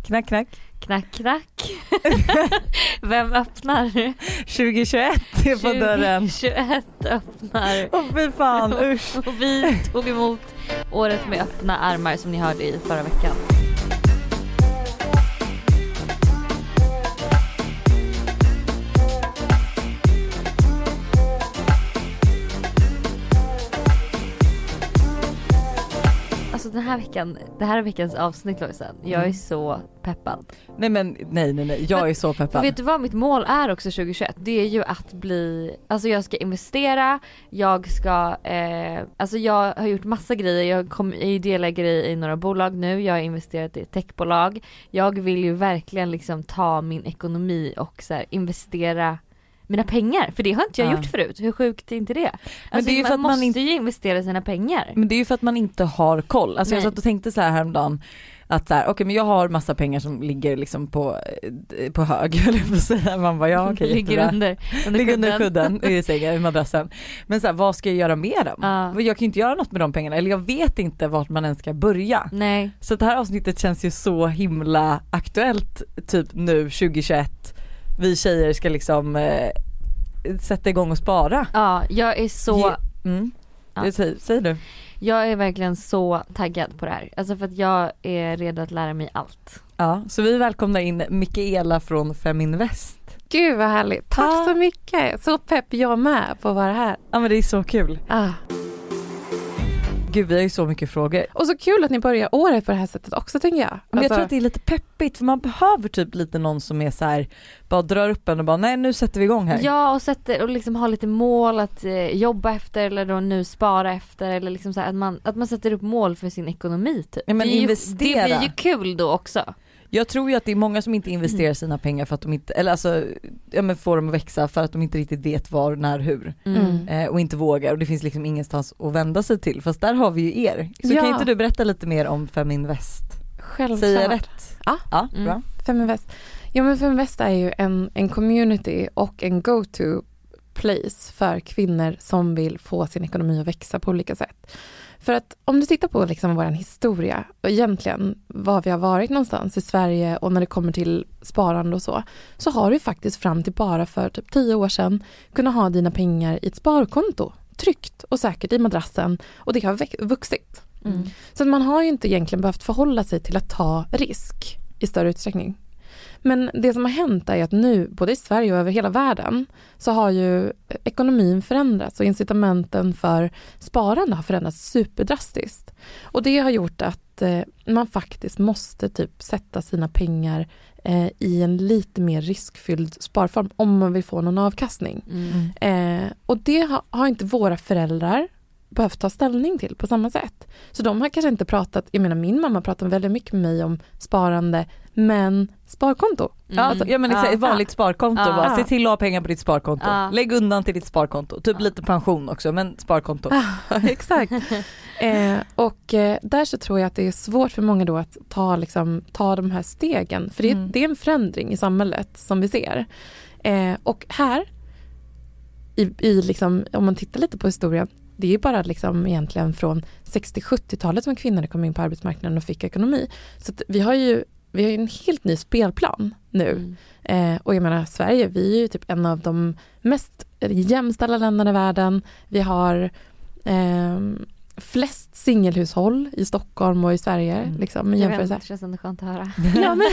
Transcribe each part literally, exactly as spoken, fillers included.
Knack, knack. Knack, knack. Vem öppnar? tjugohundratjugoett är på dörren. tjugohundratjugoett öppnar. Åh fy fan, usch. Och vi tog emot året med öppna armar som ni hörde i förra veckan. Alltså den här veckan, det här är veckans avsnitt, Lojsan. Jag är så peppad. Nej men nej nej nej, jag är så peppad. Vet du vad mitt mål är också tjugohundratjugoett? Det är ju att bli, alltså jag ska investera, jag ska, eh, alltså jag har gjort massa grejer. Jag kom i delägare i några bolag nu, jag har investerat i ett techbolag. Jag vill ju verkligen liksom ta min ekonomi och så här investera mina pengar, för det har inte jag ja. gjort förut. Hur sjukt är inte det? Alltså men det är ju man för att måste man inte... ju investera sina pengar. Men det är ju för att man inte har koll. Alltså Nej. Jag satt och tänkte så här häromdagen att så här, okej okay, men jag har massa pengar som ligger liksom på, på hög, eller på säga. Man bara, ja okej, okay, ligger under, under ligger kudden. under kudden i sängen, i madrassen. Men så här, vad ska jag göra med dem? Uh. Jag kan ju inte göra något med de pengarna, eller jag vet inte vart man ens ska börja. Nej. Så det här avsnittet känns ju så himla aktuellt typ nu tjugohundratjugoett. Vi tjejer ska liksom eh, sätta igång och spara. Ja, jag är så... Ge... Mm. Ja. Säg, säg du. Jag är verkligen så taggad på det här. Alltså för att jag är redo att lära mig allt. Ja, så vi välkomnar in Mikaela från Feminvest. Gud vad härligt. Tack ah. så mycket. Så pepp jag med på att vara här. Ja men det är så kul. Ah. Gud, vi har ju så mycket frågor. Och så kul att ni börjar året på det här sättet också, tänker jag. Men alltså... jag tror att det är lite peppigt, för man behöver typ lite någon som är så här, bara drar upp en och bara, nej nu sätter vi igång här. Ja, och, sätter, och liksom ha lite mål att eh, jobba efter, eller då nu spara efter, eller liksom så här, att, man, att man sätter upp mål för sin ekonomi typ. Ja, men det, investera. Ju, det blir ju kul då också. Jag tror ju att det är många som inte investerar sina pengar för att de inte, eller alltså, ja men får dem att växa för att de inte riktigt vet var, när, hur. Mm. Eh, och inte vågar, och det finns liksom ingenstans att vända sig till. Fast där har vi ju er. Så ja. kan inte du berätta lite mer om Feminvest? Självklart. Säger jag rätt? Ja, ja mm. bra. Feminvest. Ja, men Feminvest är ju en, en community och en go-to place för kvinnor som vill få sin ekonomi att växa på olika sätt. För att om du tittar på liksom vår historia och egentligen var vi har varit någonstans i Sverige och när det kommer till sparande och så, så har du faktiskt fram till bara för typ tio år sedan kunnat ha dina pengar i ett sparkonto, tryggt och säkert i madrassen, och det har vuxit. Mm. Så att man har ju inte egentligen behövt förhålla sig till att ta risk i större utsträckning. Men det som har hänt är att nu, både i Sverige och över hela världen, så har ju ekonomin förändrats och incitamenten för sparande har förändrats superdrastiskt. Och det har gjort att eh, man faktiskt måste typ sätta sina pengar eh, i en lite mer riskfylld sparform om man vill få någon avkastning. Mm. Eh, och det ha, har inte våra föräldrar behövt ta ställning till på samma sätt. Så de har kanske inte pratat, jag menar min mamma pratar väldigt mycket med mig om sparande, men sparkonto. Mm. Alltså, ja men exakt, ett vanligt sparkonto. Ja. Bara. Se till att ha pengar på ditt sparkonto. Ja. Lägg undan till ditt sparkonto. Typ ja. lite pension också, men sparkonto. Ja, exakt. eh, och eh, där så tror jag att det är svårt för många då att ta, liksom, ta de här stegen. För det, mm. det är en förändring i samhället som vi ser. Eh, och här, i, i liksom, om man tittar lite på historien, det är ju bara liksom egentligen från sextio-sjuttiotalet som kvinnor kom in på arbetsmarknaden och fick ekonomi. Så att vi har ju vi har ju en helt ny spelplan nu. Mm. Eh, och jag menar, Sverige, vi är ju typ en av de mest jämställda länderna i världen. Vi har eh, flest singelhushåll i Stockholm och i Sverige. Mm. Liksom, jag vet, det känns ändå skönt att höra. Ja, men...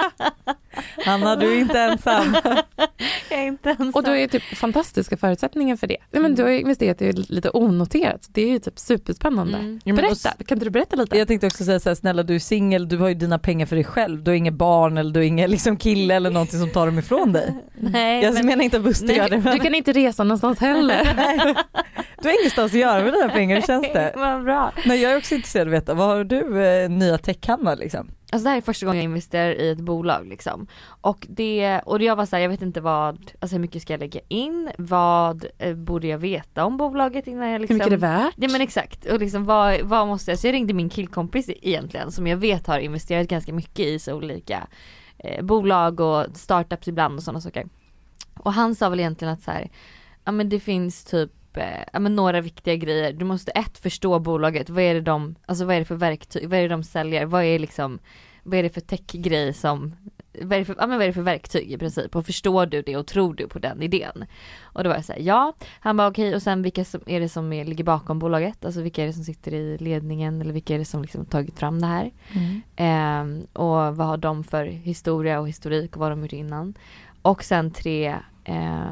Hanna, du är inte ensam. Jag är inte ensam. Och då är det typ fantastiska förutsättningar för det. Ja, men du har investerat i lite onoterat. Det är ju typ superspännande. Mm. Berätta, kan inte du berätta lite? Jag tänkte också säga så här, snälla, du är singel, du har ju dina pengar för dig själv. Du har inget barn eller du har ingen liksom kille eller någonting som tar dem ifrån dig. Nej, jag men, menar inte att Buster gör det. Men... Du kan inte resa någonstans heller. Du har ingenstans att göra med dina pengar, hur känns det? Vad bra. Men jag är också intresserad av att veta, vad har du eh, nya tech-Hanna liksom? Alltså det här är första gången jag investerar i ett bolag liksom. Och det, och jag var så här, jag vet inte vad, alltså hur mycket ska jag lägga in? Vad eh, borde jag veta om bolaget innan jag liksom... Hur mycket är det värt? Ja men exakt, och liksom vad, vad måste jag, så jag ringde min killkompis egentligen som jag vet har investerat ganska mycket i så olika eh, bolag och startups ibland och sådana saker. Och han sa väl egentligen att så här, ja men det finns typ ja, men några viktiga grejer. Du måste ett förstå bolaget. Vad är det de, alltså vad är det för verktyg? Vad är det de säljer? Vad är liksom vad är det för tech-grej som vad är, det för, ja, men vad är det för verktyg i princip, och förstår du det och tror du på den idén? Och då var jag så här, ja. Han bara okej, okay, och sen vilka som, är det som är, ligger bakom bolaget, alltså vilka är det som sitter i ledningen, eller vilka är det som liksom tagit fram det här, Mm. eh, och vad har de för historia och historik och vad de gjort innan, och sen tre eh,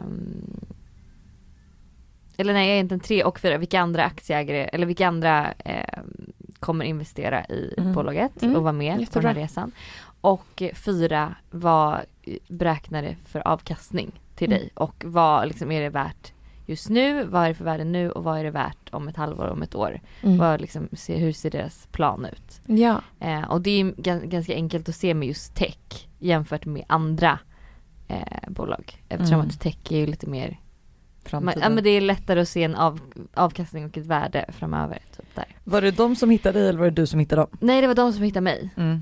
eller nej, egentligen tre och fyra, vilka andra aktieägare eller vilka andra eh, kommer investera i Mm. bolaget Mm. och vara med Jättebra. på den här resan. Och fyra, vad beräknar det för avkastning till Mm. dig, och vad liksom är det värt just nu, vad är det för värde nu och vad är det värt om ett halvår, om ett år. Mm. Vad liksom, se, hur ser deras plan ut? Ja. Eh, och det är g- ganska enkelt att se med just tech jämfört med andra eh, bolag. Eftersom Mm. att tech är ju lite mer man, Framtiden. ja, men det är lättare att se en av, avkastning och ett värde framöver. Typ där. Var det de som hittade dig eller var det du som hittade dem? Nej, det var de som hittade mig. Mm.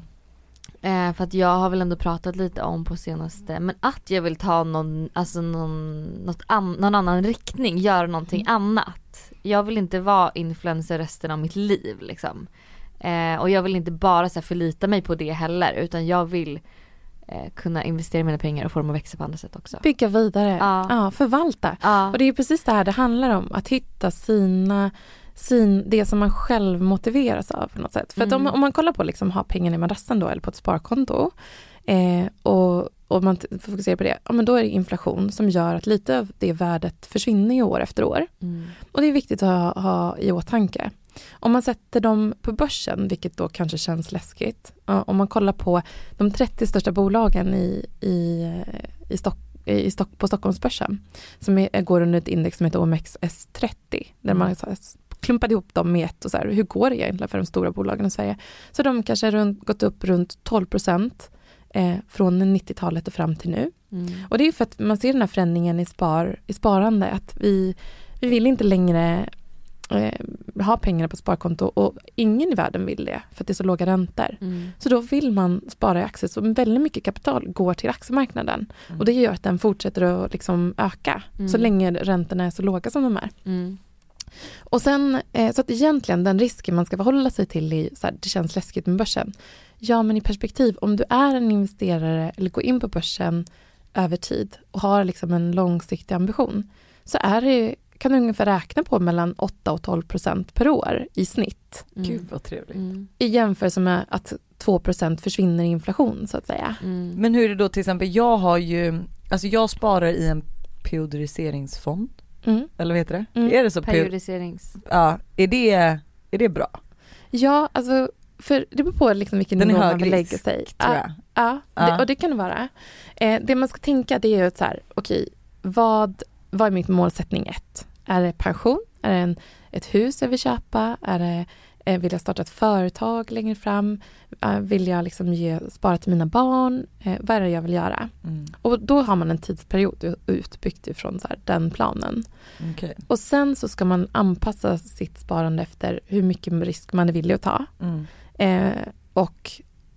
Eh, för att jag har väl ändå pratat lite om på senaste, men att jag vill ta någon, alltså någon, något an, någon annan riktning, göra någonting Mm. annat. Jag vill inte vara influencer resten av mitt liv liksom. Eh, och jag vill inte bara så här, förlita mig på det heller, utan jag vill eh, kunna investera mina pengar och få dem att växa på andra sätt också. Bygga vidare. Ja. Ja, förvalta. Ja. Och det är precis det här det handlar om. Att hitta sina, sin, det som man själv motiveras av på något sätt. För att om, Mm. om man kollar på liksom, ha pengarna i madrassen då, eller på ett sparkonto eh, och, och man t- fokuserar på det, ja, men då är det inflation som gör att lite av det värdet försvinner i år efter år. Mm. Och det är viktigt att ha, ha i åtanke. Om man sätter dem på börsen, vilket då kanske känns läskigt. Ja, om man kollar på de trettio största bolagen i, i, i, Stock, i Stock, på Stockholmsbörsen, som är, går under ett index som heter O M X S trettio, där Mm. man så här, klumpade ihop dem med ett och så här, hur går det egentligen för de stora bolagen i Sverige? Så de kanske har runt, gått upp runt tolv procent eh, från nittiotalet och fram till nu. Mm. Och det är för att man ser den här förändringen i, spar, i sparande, att vi, vi vill inte längre eh, ha pengar på sparkonto, och ingen i världen vill det för att det är så låga räntor. Mm. Så då vill man spara i aktier, så väldigt mycket kapital går till aktiemarknaden. Mm. Och det gör att den fortsätter att liksom öka Mm. så länge räntorna är så låga som de är. Mm. Och sen, eh, så att egentligen den risken man ska förhålla sig till är så här, det känns läskigt med börsen. Ja, men i perspektiv, om du är en investerare eller går in på börsen över tid och har liksom en långsiktig ambition, så är det, kan du ungefär räkna på mellan åtta och tolv procent per år i snitt. Mm. Gud vad trevligt. Mm. I jämförelse med att två procent försvinner i inflation så att säga. Mm. Men hur är det då till exempel, jag har ju, alltså jag sparar i en periodiseringsfond, Mm. eller vad heter det? Mm. Är det så? Period- Periodiserings. ja, är det, är det bra? Ja, alltså för det beror på liksom vilken Den är nivå man hög vill lägga risk, sig. tror Ja, jag. ja, Ja. Det, och det kan det vara. Eh, det man ska tänka, det är ju så här, okej, vad, vad är mitt målsättning ett? Är det pension? Är det en, ett hus jag vill köpa? Är det, eh, vill jag starta ett företag längre fram? Eh, vill jag liksom ge, spara till mina barn? Eh, vad är det jag vill göra? Mm. Och då har man en tidsperiod utbyggt ifrån så här, den planen. Okej. Och sen så ska man anpassa sitt sparande efter hur mycket risk man är villig att ta. Mm. Eh, och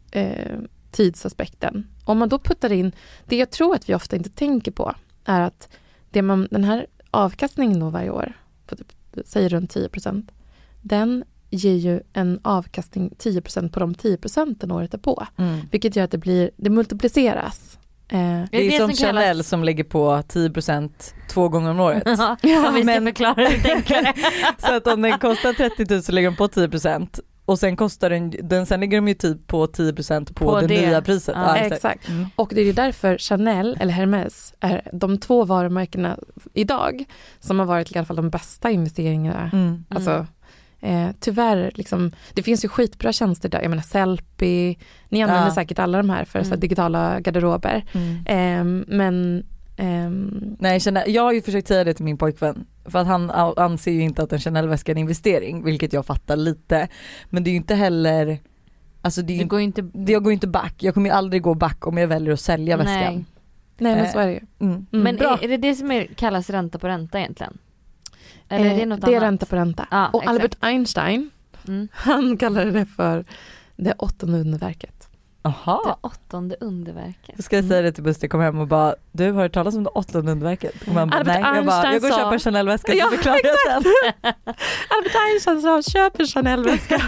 eh, tidsaspekten. Om man då puttar in, det jag tror att vi ofta inte tänker på är att det man, den här avkastningen då varje år, på typ, säger runt tio procent, den ger ju en avkastning tio procent på de tio procenten året därpå. Mm. Vilket gör att det blir, det multipliceras. Eh, Det är, det som, som Chanel kallas- som lägger på tio procent två gånger om året. Ja, Ja, om vi ska men- förklara det enklare. Så att om den kostar trettio tusen så lägger de på tio procent. Och sen kostar den, den sen lägger de ju typ på tio procent på, På det, det. nya priset. Ja, exakt. Mm. Och det är ju därför Chanel eller Hermes är de två varumärkena idag som har varit i alla fall de bästa investeringarna. Mm. Alltså, eh, tyvärr, liksom, det finns ju skitbra tjänster där. Jag menar Sellpy, ni använder Ja. säkert alla de här för så här, Mm. digitala garderober. Mm. Eh, men ehm, Nej, jag, känner, jag har ju försökt säga det till min pojkvän för att han a- anser ju inte att en Chanel-väska är en investering, vilket jag fattar lite, men det är ju inte heller, alltså det är ju Det inte, går ju inte... det- jag går ju inte back, jag kommer ju aldrig gå back om jag väljer att sälja Nej. väskan. nej men Eh, så är det ju. Mm. Mm. Men Bra. är, är det det som är, kallas ränta på ränta egentligen? Eller är det Eh, något det är annat? ränta på ränta. Ja, och exakt. Albert Einstein, Mm. han kallade det för det åttonde underverket. Aha. Det åttonde underverket. Så ska jag säga det till Buster, kom hem och bara, du har hört talas om det åttonde underverket? Och man bara, Albert nej, jag, bara, jag går och Einstein köper en sa- Chanel-väska Ja, så förklarar jag sen. Albert Einstein sa, köp en Chanel-väska.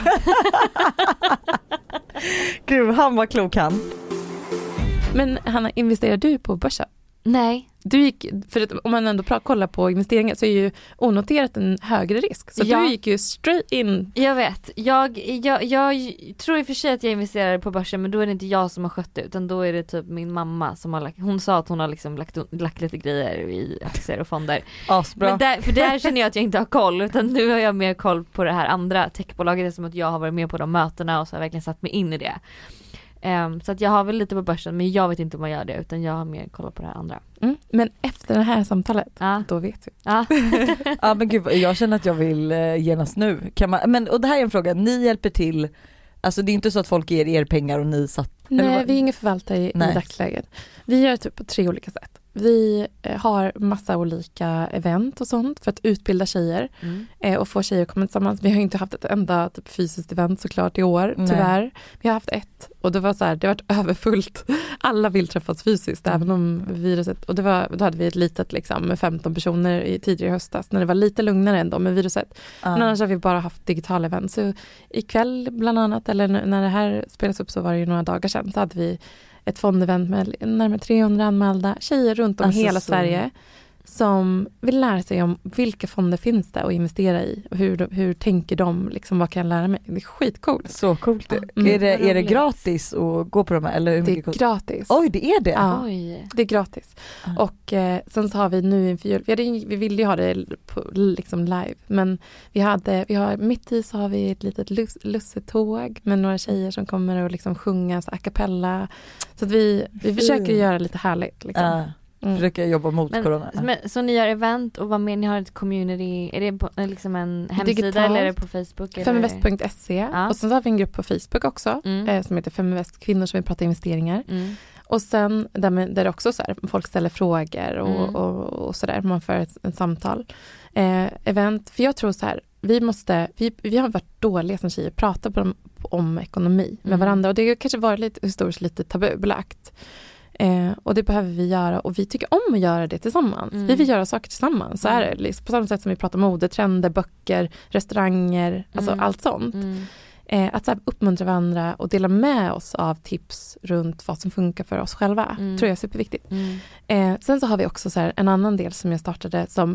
Gud, han var klok han. Men Hanna, investerar du på börsen? Nej. Du gick, för att om man ändå pra- kollar på investeringar så är ju onoterat en högre risk. Så Ja. du gick ju straight in. Jag vet. Jag, jag, jag tror i och för sig att jag investerar på börsen, men då är det inte jag som har skött det, utan då är det typ min mamma som har lagt, hon sa att hon har liksom lagt, lagt lite grejer i aktier och fonder. Asbra. Men där, för där känner jag att jag inte har koll, utan nu har jag mer koll på det här andra techbolaget. Det är som att jag har varit med på de mötena och så har jag verkligen satt mig in i det. Um, så att jag har väl lite på börsen, men jag vet inte om jag gör det, utan jag har mer koll på det här andra. Mm. Men efter det här samtalet, Ja. då vet vi. Ja. Ja men gud, jag känner att jag vill eh, genast nu. Kan man, men, och det här är en fråga, ni hjälper till, alltså det är inte så att folk ger er pengar och ni satt... eller Nej, vad- vi är ingen förvaltare i, i Nej. dagsläget. Vi gör typ på tre olika sätt. Vi eh, har massa olika event och sånt för att utbilda tjejer Mm. eh, och få tjejer att komma tillsammans. Vi har inte haft ett enda typ, fysiskt event såklart i år, Nej. tyvärr. Vi har haft ett och det var så här, det har varit överfullt. Alla vill träffas fysiskt, Mm. även om viruset, och det var, då hade vi ett litet liksom med femton personer i tidigare höstas när det var lite lugnare ändå med viruset. Ja. Men annars har vi bara haft digitala event. Så ikväll bland annat, eller n- när det här spelas upp så var det ju några dagar sedan, så hade vi ett fondevent med närmare trehundra anmälda tjejer runt om Alltså i hela så- Sverige som vill lära sig om vilka fonder finns det att investera i och hur, de- hur tänker de, liksom, vad kan jag lära mig? Det är skitcoolt. Så coolt. Mm. Är, det, är det Roligt. gratis att gå på de här? Eller hur Det mycket är kost- gratis. Oj, det är det? Ja. Oj. Det är gratis. Ja. Och eh, sen så har vi nu inför jul, vi, hade, vi ville ju ha det på, liksom live, men vi hade, vi har, mitt i så har vi ett litet lus, lussetåg med några tjejer som kommer och liksom sjunga så a cappella. Så att vi, vi försöker Fint. göra lite härligt. Liksom. Ja. Mm. Försöker jobba mot Men, corona. men, så ni gör event och vad mer, ni har ett community, är det på, liksom en hemsida Digitalt. eller är det på Facebook? eller? Feminvest punkt se Ja. och sen så har vi en grupp på Facebook också Mm. eh, som heter Feminvest kvinnor som vill prata investeringar. Mm. Och sen där, med, där det också så här, folk ställer frågor och, Mm. och, och sådär, man för ett, ett samtal. Eh, event, för jag tror så här, vi måste, vi, vi har varit dåliga som tjejer, prata på dem, om ekonomi med Mm. varandra och det har kanske varit lite historiskt lite tabubelagt. Eh, och det behöver vi göra och vi tycker om att göra det tillsammans. Mm. Vi vill göra saker tillsammans. Så Mm. är det, liksom, på samma sätt som vi pratar mode, trender, böcker, restauranger, alltså Mm. allt sånt. Mm. Eh, att så här, uppmuntra varandra och dela med oss av tips runt vad som funkar för oss själva. Mm. Tror jag är superviktigt. Mm. Eh, sen så har vi också så här, en annan del som jag startade som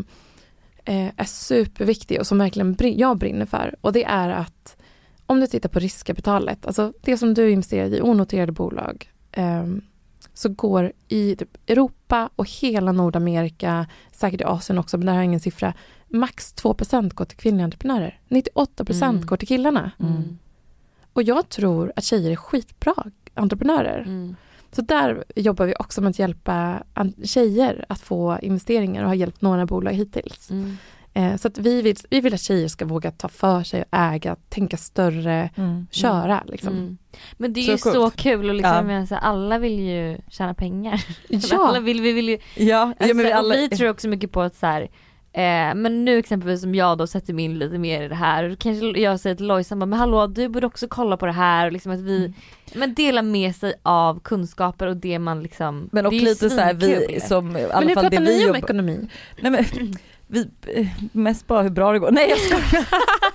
eh, är superviktig och som verkligen brin- jag brinner för. Och det är att om du tittar på riskkapitalet, alltså det som du investerar i onoterade bolag, eh, så går i typ Europa och hela Nordamerika, säkert i Asien också, men där har jag ingen siffra, max två procent går till kvinnliga entreprenörer. nittioåtta procent Mm. går till killarna. Mm. Och jag tror att tjejer är skitbra entreprenörer. Mm. Så där jobbar vi också med att hjälpa an- tjejer att få investeringar och har hjälpt några bolag hittills. Mm. Eh, så att vi vill, vi vill att tjejer ska våga ta för sig, äga, tänka större, Mm. köra. Liksom. Mm. Men det är Så ju coolt. så kul och liksom, Ja. jag menar, så här, alla vill ju tjäna pengar. Ja, alla vill, vi vill ju, Ja, ja alltså, men vi och alla... vi tror också mycket på att så här, eh, men nu exempelvis som jag då sätter mig in lite mer i det här, och kanske jag säger till Lojsan bara, men hallå, du borde också kolla på det här och liksom att vi, Mm. men dela med sig av kunskaper och det man liksom, Men och det är ju lite så här, vi svinkul. som i alla men nu fall pratar det vi ni om jobbar... ekonomi. Nej men vi, eh, mest bara hur bra det går. Nej jag skojar.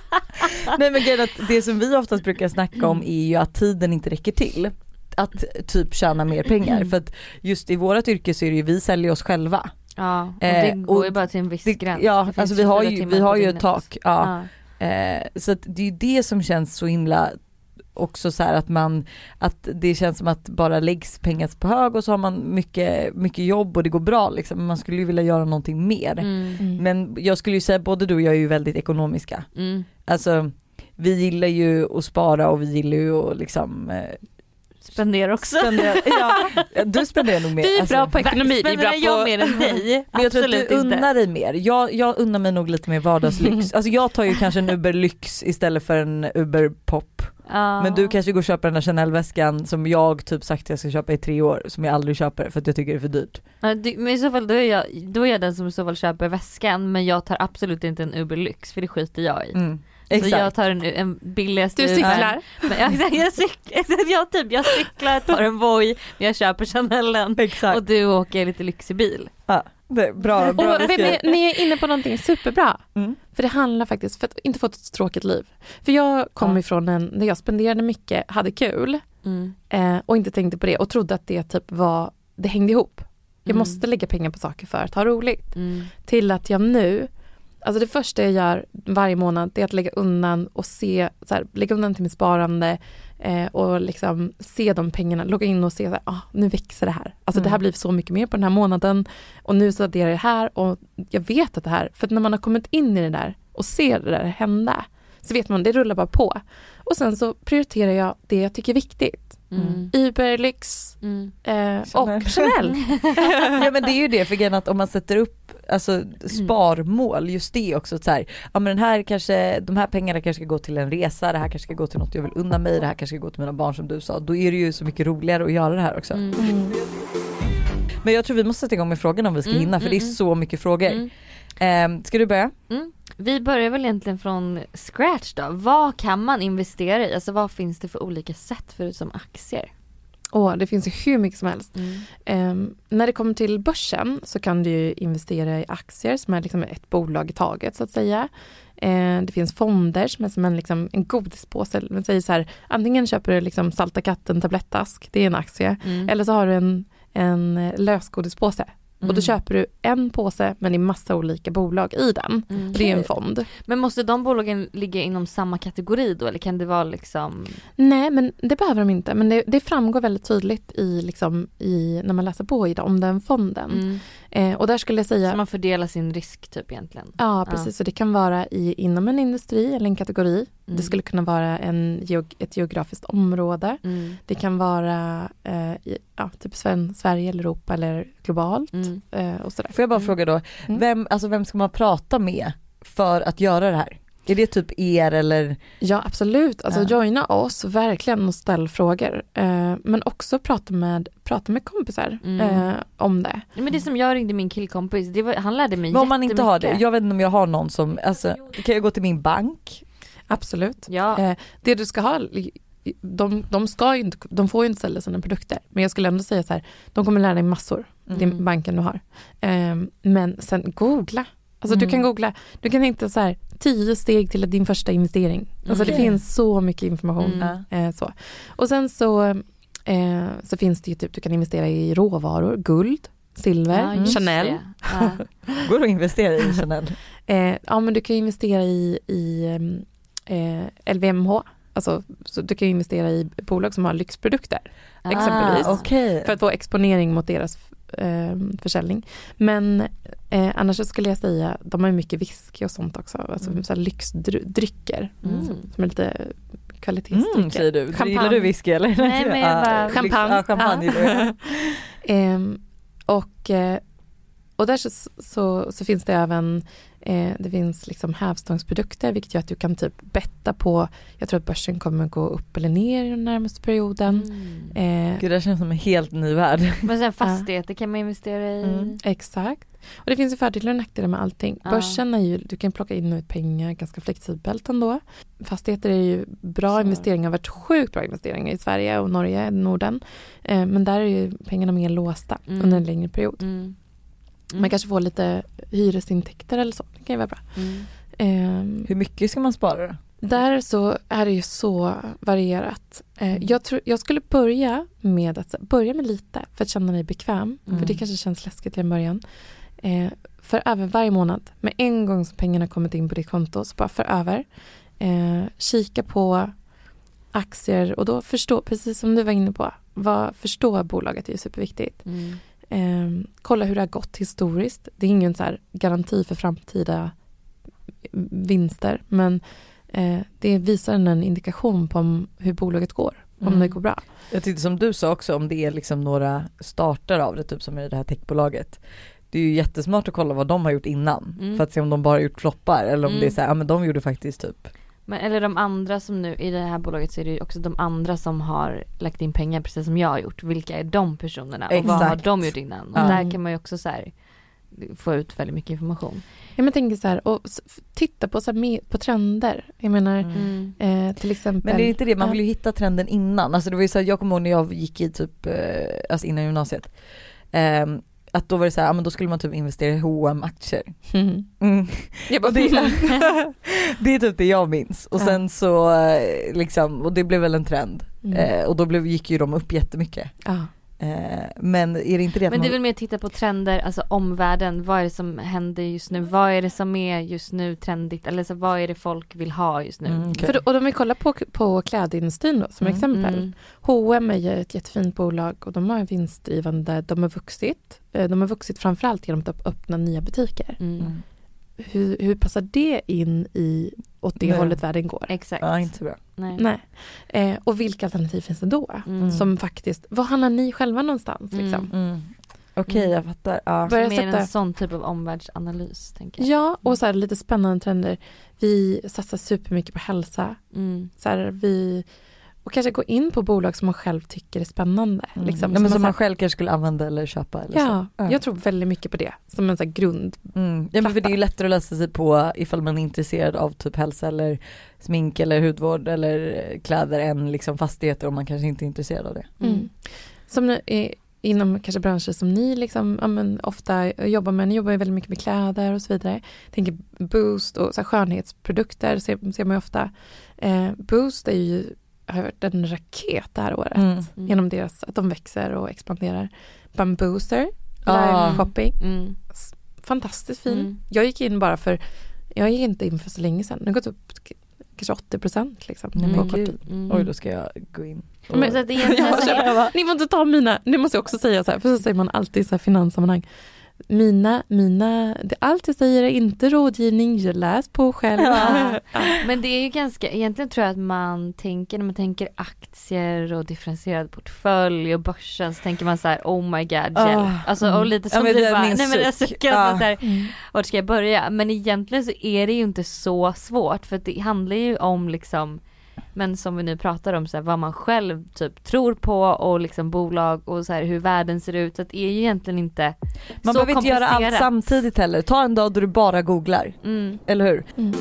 Nej men grejen är att det som vi oftast brukar snacka om är ju att tiden inte räcker till att typ tjäna mer pengar. För att just i vårat yrke så är det ju, vi säljer oss själva. Ja, och Eh, det går och ju bara till en viss Det, gräns. ja, Det finns alltså vi har tjugofyra ju, timmar vi har på ju ett dygnet. tak. Ja. Ja. Eh, så att det är ju det som känns så himla också så här att man, att det känns som att bara läggs pengar på hög och så har man mycket, mycket jobb och det går bra liksom. Man skulle ju vilja göra någonting mer. Mm. Mm. Men jag skulle ju säga både du och jag är ju väldigt ekonomiska. Mm. Alltså vi gillar ju att spara och vi gillar ju att liksom eh, Spenderar också. spendera, ja, du spenderar nog mer. Vi är alltså. bra på ekonomi, vi är Spenderar bra jag på... mer än dig? Men jag tror att du Absolut inte. unnar dig mer. Jag, jag unnar mig nog lite mer vardagslyx. Alltså jag tar ju kanske en Uber Lyx istället för en Uber Pop. Ja. Men du kanske går och köper den där Chanel-väskan som jag typ sagt att jag ska köpa i tre år, som jag aldrig köper för att jag tycker det är för dyrt. Ja, du, men i så fall då är, jag, då är jag den som i så fall köper väskan, men jag tar absolut inte en Uber Lyx för det skiter jag i. Mm. Exakt. Så jag tar en, en billigaste. Du cyklar. Men, jag, jag, jag, cyk, jag, typ, jag cyklar, tar en Voi, men jag köper Chanelen. Exakt. Och du åker lite lyxig bil. Ja, det är bra, bra Och vet ni, ni är inne på någonting superbra. Mm. För det handlar faktiskt, för att inte få ett tråkigt liv. För jag kom Ja. ifrån en, där jag spenderade mycket, hade kul Mm. eh, och inte tänkte på det och trodde att det typ var, det hängde ihop. Jag Mm. måste lägga pengar på saker för att ha roligt. Mm. Till att jag nu, alltså det första jag gör varje månad det är att lägga undan och se, så här, lägga undan till mitt sparande eh, och liksom se de pengarna, logga in och se så här, ah, nu växer det här. Alltså Mm. det här blir så mycket mer på den här månaden och nu så adderar jag det här och jag vet att det här, för att när man har kommit in i det där och ser det där hända så vet man, det rullar bara på. Och sen så prioriterar jag det jag tycker är viktigt. Mm. Uber, lyx Mm. eh, Chanel. och Chanel. Ja men det är ju det, för grejen att om man sätter upp alltså sparmål, just det också så här, ja men den här kanske, de här pengarna kanske ska gå till en resa, det här kanske ska gå till något jag vill unna mig, det här kanske ska gå till mina barn som du sa, då är det ju så mycket roligare att göra det här också. Mm. Mm. Men jag tror vi måste sätta igång med frågan om vi ska Mm, hinna, för mm, det är mm. så mycket frågor. Mm. Ehm, ska du börja? Mm. Vi börjar väl egentligen från scratch då. Vad kan man investera i? Alltså vad finns det för olika sätt förutom aktier? Och det finns ju hur mycket som helst. Mm. Um, när det kommer till börsen så kan du ju investera i aktier som är liksom ett bolag i taget så att säga. Uh, det finns fonder som är som en, liksom, en godispåse. Man säger så här, antingen köper du liksom Salta katten tablettask, det är en aktie. Mm. Eller så har du en, en lösgodispåse. Och då Mm. köper du en påse men det är massa olika bolag i den. Mm. Det är en fond. Men måste de bolagen ligga inom samma kategori då? Eller kan det vara liksom... Nej, men det behöver de inte. Men det, det framgår väldigt tydligt i, liksom, i, när man läser på i det, om den fonden. Mm. Eh, och där skulle jag säga... Så man fördelar sin risk typ egentligen? Ja, precis. Så det kan vara i, inom en industri eller en kategori. Mm. Det skulle kunna vara en, geog- ett geografiskt område. Mm. Det kan vara eh, i, ja, typ Sven, Sverige eller Europa eller globalt. Mm. Eh, och sådär. Får jag bara Mm. fråga då, Mm. vem, alltså vem ska man prata med för att göra det här? Är det typ er eller? Ja, absolut. Alltså Ja. joina oss verkligen och ställ frågor. Eh, men också prata med, prata med kompisar Mm. eh, om det. Ja, men det som jag ringde min killkompis, det var, han lärde mig Men om man inte har det, jättemycket. jag vet inte om jag har någon som, alltså kan jag gå till min bank? Absolut. Ja. Eh, det du ska ha, de, de, ska ju inte, de får ju inte sälja sina produkter. Men jag skulle ändå säga så här, de kommer lära dig massor. Mm. Din banken du har. Eh, men sen googla. Alltså Mm. du kan googla, du kan inte så här tio steg till din första investering. Alltså Okej. det finns så mycket information. Mm. Eh, så. Och sen så, eh, så finns det ju typ, du kan investera i råvaror, guld, silver, Ja, just Chanel. det. Ja. Går det att investera i Chanel? Eh, ja men du kan investera i, i eh, L V M H. Alltså, så du kan investera i bolag som har lyxprodukter. Exempelvis. Ah, okej. För att få exponering mot deras eh, försäljning. Men eh, annars så skulle jag säga, de har ju mycket whisky och sånt också. Alltså Mm. så här lyxdrycker. Mm. Som, som är lite kvalitetsdrycker. Mm, säger du. Champagne. Gillar du whisky eller? Nej, men jag bara- lyx- Champagne. Ja, champagne Ja. gillar jag. Ehm, och, eh, och där så, så, så finns det även eh, det finns liksom hävstångsprodukter, vilket gör att du kan typ betta på, jag tror att börsen kommer gå upp eller ner i den närmaste perioden. Mm. Eh, Gud, det här känns som en helt ny värld. Men sen fastigheter kan man investera i. Mm. Exakt. Och det finns ju fördelar och nackdelar med allting. Ja. Börsen är ju, du kan plocka in och ut pengar ganska flexibelt ändå. Fastigheter är ju bra Så. investeringar, har varit sjukt bra investeringar i Sverige och Norge, Norden. Eh, men där är ju pengarna mer låsta Mm. under en längre period. Mm. Man kanske får lite hyresintäkter eller så. Det kan ju vara bra. Mm. Eh, Hur mycket ska man spara då? där så är det ju så varierat. Eh, jag, tror, jag skulle börja med att börja med lite för att känna mig bekväm. Mm. För det kanske känns läskigt i en början. Eh, för över varje månad, med en gång som pengarna kommit in på ditt konto, så bara för över. Eh, kika på aktier och då förstå, precis som du var inne på, vad, förstå bolaget är ju superviktigt. Mm. Eh, kolla hur det har gått historiskt. Det är ingen så här garanti för framtida vinster, men eh, det visar en indikation på om, hur bolaget går, om Mm. det går bra. Jag tyckte som du sa också, om det är liksom några starter av det, typ som i det här techbolaget. Det är ju jättesmart att kolla vad de har gjort innan. Mm. För att se om de bara har gjort floppar eller om Mm. det är så här, ja men de gjorde faktiskt typ. Men, eller de andra som nu, i det här bolaget så är det ju också de andra som har lagt in pengar precis som jag har gjort. Vilka är de personerna? Och vad har Exakt. de gjort innan? Och Ja. där kan man ju också så här få ut väldigt mycket information. Ja, men jag tänker så här, och titta på, så här, på trender. Jag menar Mm. eh, till exempel. Men det är inte det, man ja. vill ju hitta trenden innan. Alltså det var ju så här, jag kommer ihåg när jag gick i typ, eh, alltså innan gymnasiet. Eh, att då var det så här, ja, men då skulle man typ investera i H och M-aktier. Mm. Mm. Jag bara, Och det, det är typ det jag minns. Och Ja. sen så eh, liksom, och det blev väl en trend. Mm. Eh, och då blev, gick ju de upp jättemycket. Ja. Eh, men är det inte det att Men det är man... väl mer att titta på trender, alltså omvärlden. Vad är det som händer just nu? Vad är det som är just nu trendigt? Eller så vad är det folk vill ha just nu? Mm, okay. För, och om vi kollar på, på klädindustrin då, som Mm. exempel. Mm. H och M är ju ett jättefint bolag och de har vinstdrivande, de har vuxit. Eh, De har vuxit framförallt genom att öppna nya butiker. Mm. Mm. Hur, hur passar det in i åt det Nej. hållet världen går? Exakt. Ja, inte så bra. Nej. Nej. Eh, och vilka alternativ finns det då? Mm. Som faktiskt, var handlar ni själva någonstans? Mm. Liksom? Mm. Okej, Mm. jag fattar. Ja. Börja Mer sätta- en sån typ av omvärldsanalys, tänker jag. Ja, och så här, lite spännande trender. Vi satsar supermycket på hälsa. Mm. Så här, vi, och kanske gå in på bolag som man själv tycker är spännande. Mm. Liksom, Nej, men man som man så själv kanske skulle använda eller köpa eller här, så. ja, jag tror väldigt mycket på det. Som en så här grund. Mm. Ja, men för det är ju lättare att läsa sig på ifall man är intresserad av typ hälsa eller smink eller hudvård eller kläder än liksom fastigheter om man kanske inte är intresserad av det. Mm. Mm. Som nu är inom kanske branscher som ni liksom, ja, men ofta jobbar med. Ni jobbar ju väldigt mycket med kläder och så vidare. Jag tänker Boost och så här, skönhetsprodukter ser, ser man ju ofta. Eh, Boost är ju, har varit en raket det här året. Mm. Mm. Genom deras, att de växer och expanderar. Bambooster, Ah. live shopping. Mm. Fantastiskt fin. Mm. Jag gick in bara för, jag gick inte in för så länge sedan. Det har gått upp k- kanske åttio procent liksom. Nej, på men kort gud. tid. Mm. Oj, då ska jag gå in. Och... Men så att egentligen Ja, så är- Ni får inte ta mina, nu måste jag också säga så här, för så säger man alltid i så här finanssammanhang. Mina, mina, det allt jag säger är inte rådgivning, jag läs på själv. Ja. Ja. Men det är ju ganska, egentligen tror jag att man tänker, när man tänker aktier och differentierad portfölj och börsen, så tänker man så här, oh my god, hjälp. Ah, Alltså, mm. och lite Ja, som men du det är bara, min nej men jag suck. suckar, Ja. ja. Så här, Mm. vart ska jag börja? Men egentligen så är det ju inte så svårt, för att det handlar ju om liksom, men som vi nu pratar om, så här, vad man själv typ tror på och liksom bolag och så här, hur världen ser ut, så att det är ju egentligen inte Man så behöver inte göra allt komplicerat. samtidigt heller. Ta en dag då du bara googlar, Mm. eller hur? Mm.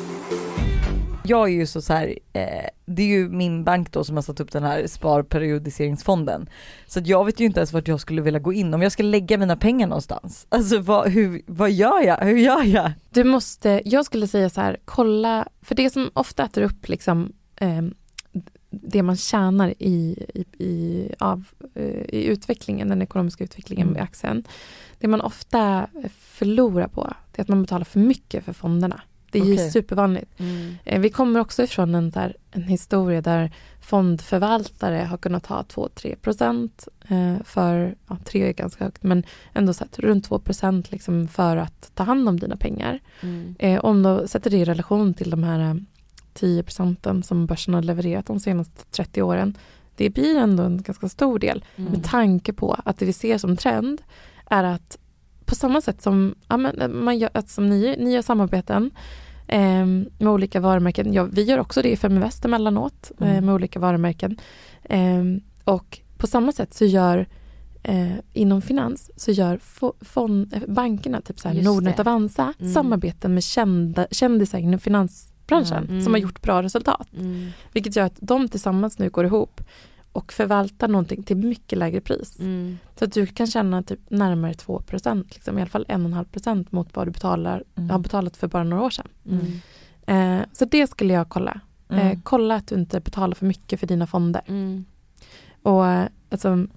Jag är ju så, så här, eh, det är ju min bank då som har satt upp den här sparperiodiseringsfonden. Så att jag vet ju inte ens vart jag skulle vilja gå in om jag ska lägga mina pengar någonstans. Alltså vad, hur, vad gör jag? Hur gör jag? Du måste, jag skulle säga så här, kolla, för det som ofta äter upp liksom eh, det man tjänar i, i, i, av, eh, i utvecklingen, den ekonomiska utvecklingen Mm. med aktien. Det man ofta förlorar på, det är att man betalar för mycket för fonderna. Det är ju Okej. supervanligt. Mm. Eh, vi kommer också ifrån en, där, en historia där fondförvaltare har kunnat ha två till tre procent eh, för, ja, tre är ganska högt, men ändå så att runt två procent liksom för att ta hand om dina pengar. Mm. Eh, om du sätter det i relation till de här eh, tio procenten som börsen har levererat de senaste trettio åren, det blir ändå en ganska stor del. Mm. Med tanke på att det vi ser som trend är att på samma sätt som, ja, men, man gör, att som ni, ni gör samarbeten eh, med olika varumärken. Ja, vi gör också det i Feminvest emellanåt eh, Mm. med olika varumärken. Eh, och på samma sätt så gör eh, inom finans så gör fo, fond, eh, bankerna, typ så här Just Nordnet det. och Avanza, Mm. samarbeten med kända, kändisar inom finansbranschen Mm. som har gjort bra resultat. Mm. Vilket gör att de tillsammans nu går ihop och förvaltar någonting till mycket lägre pris. Mm. Så att du kan tjäna typ närmare två procent, liksom, i alla fall en komma fem procent mot vad du betalar, Mm. har betalat för bara några år sedan. Mm. Eh, så det skulle jag kolla. Eh, Mm. kolla att du inte betalar för mycket för dina fonder. Mm. Och eh, alltså,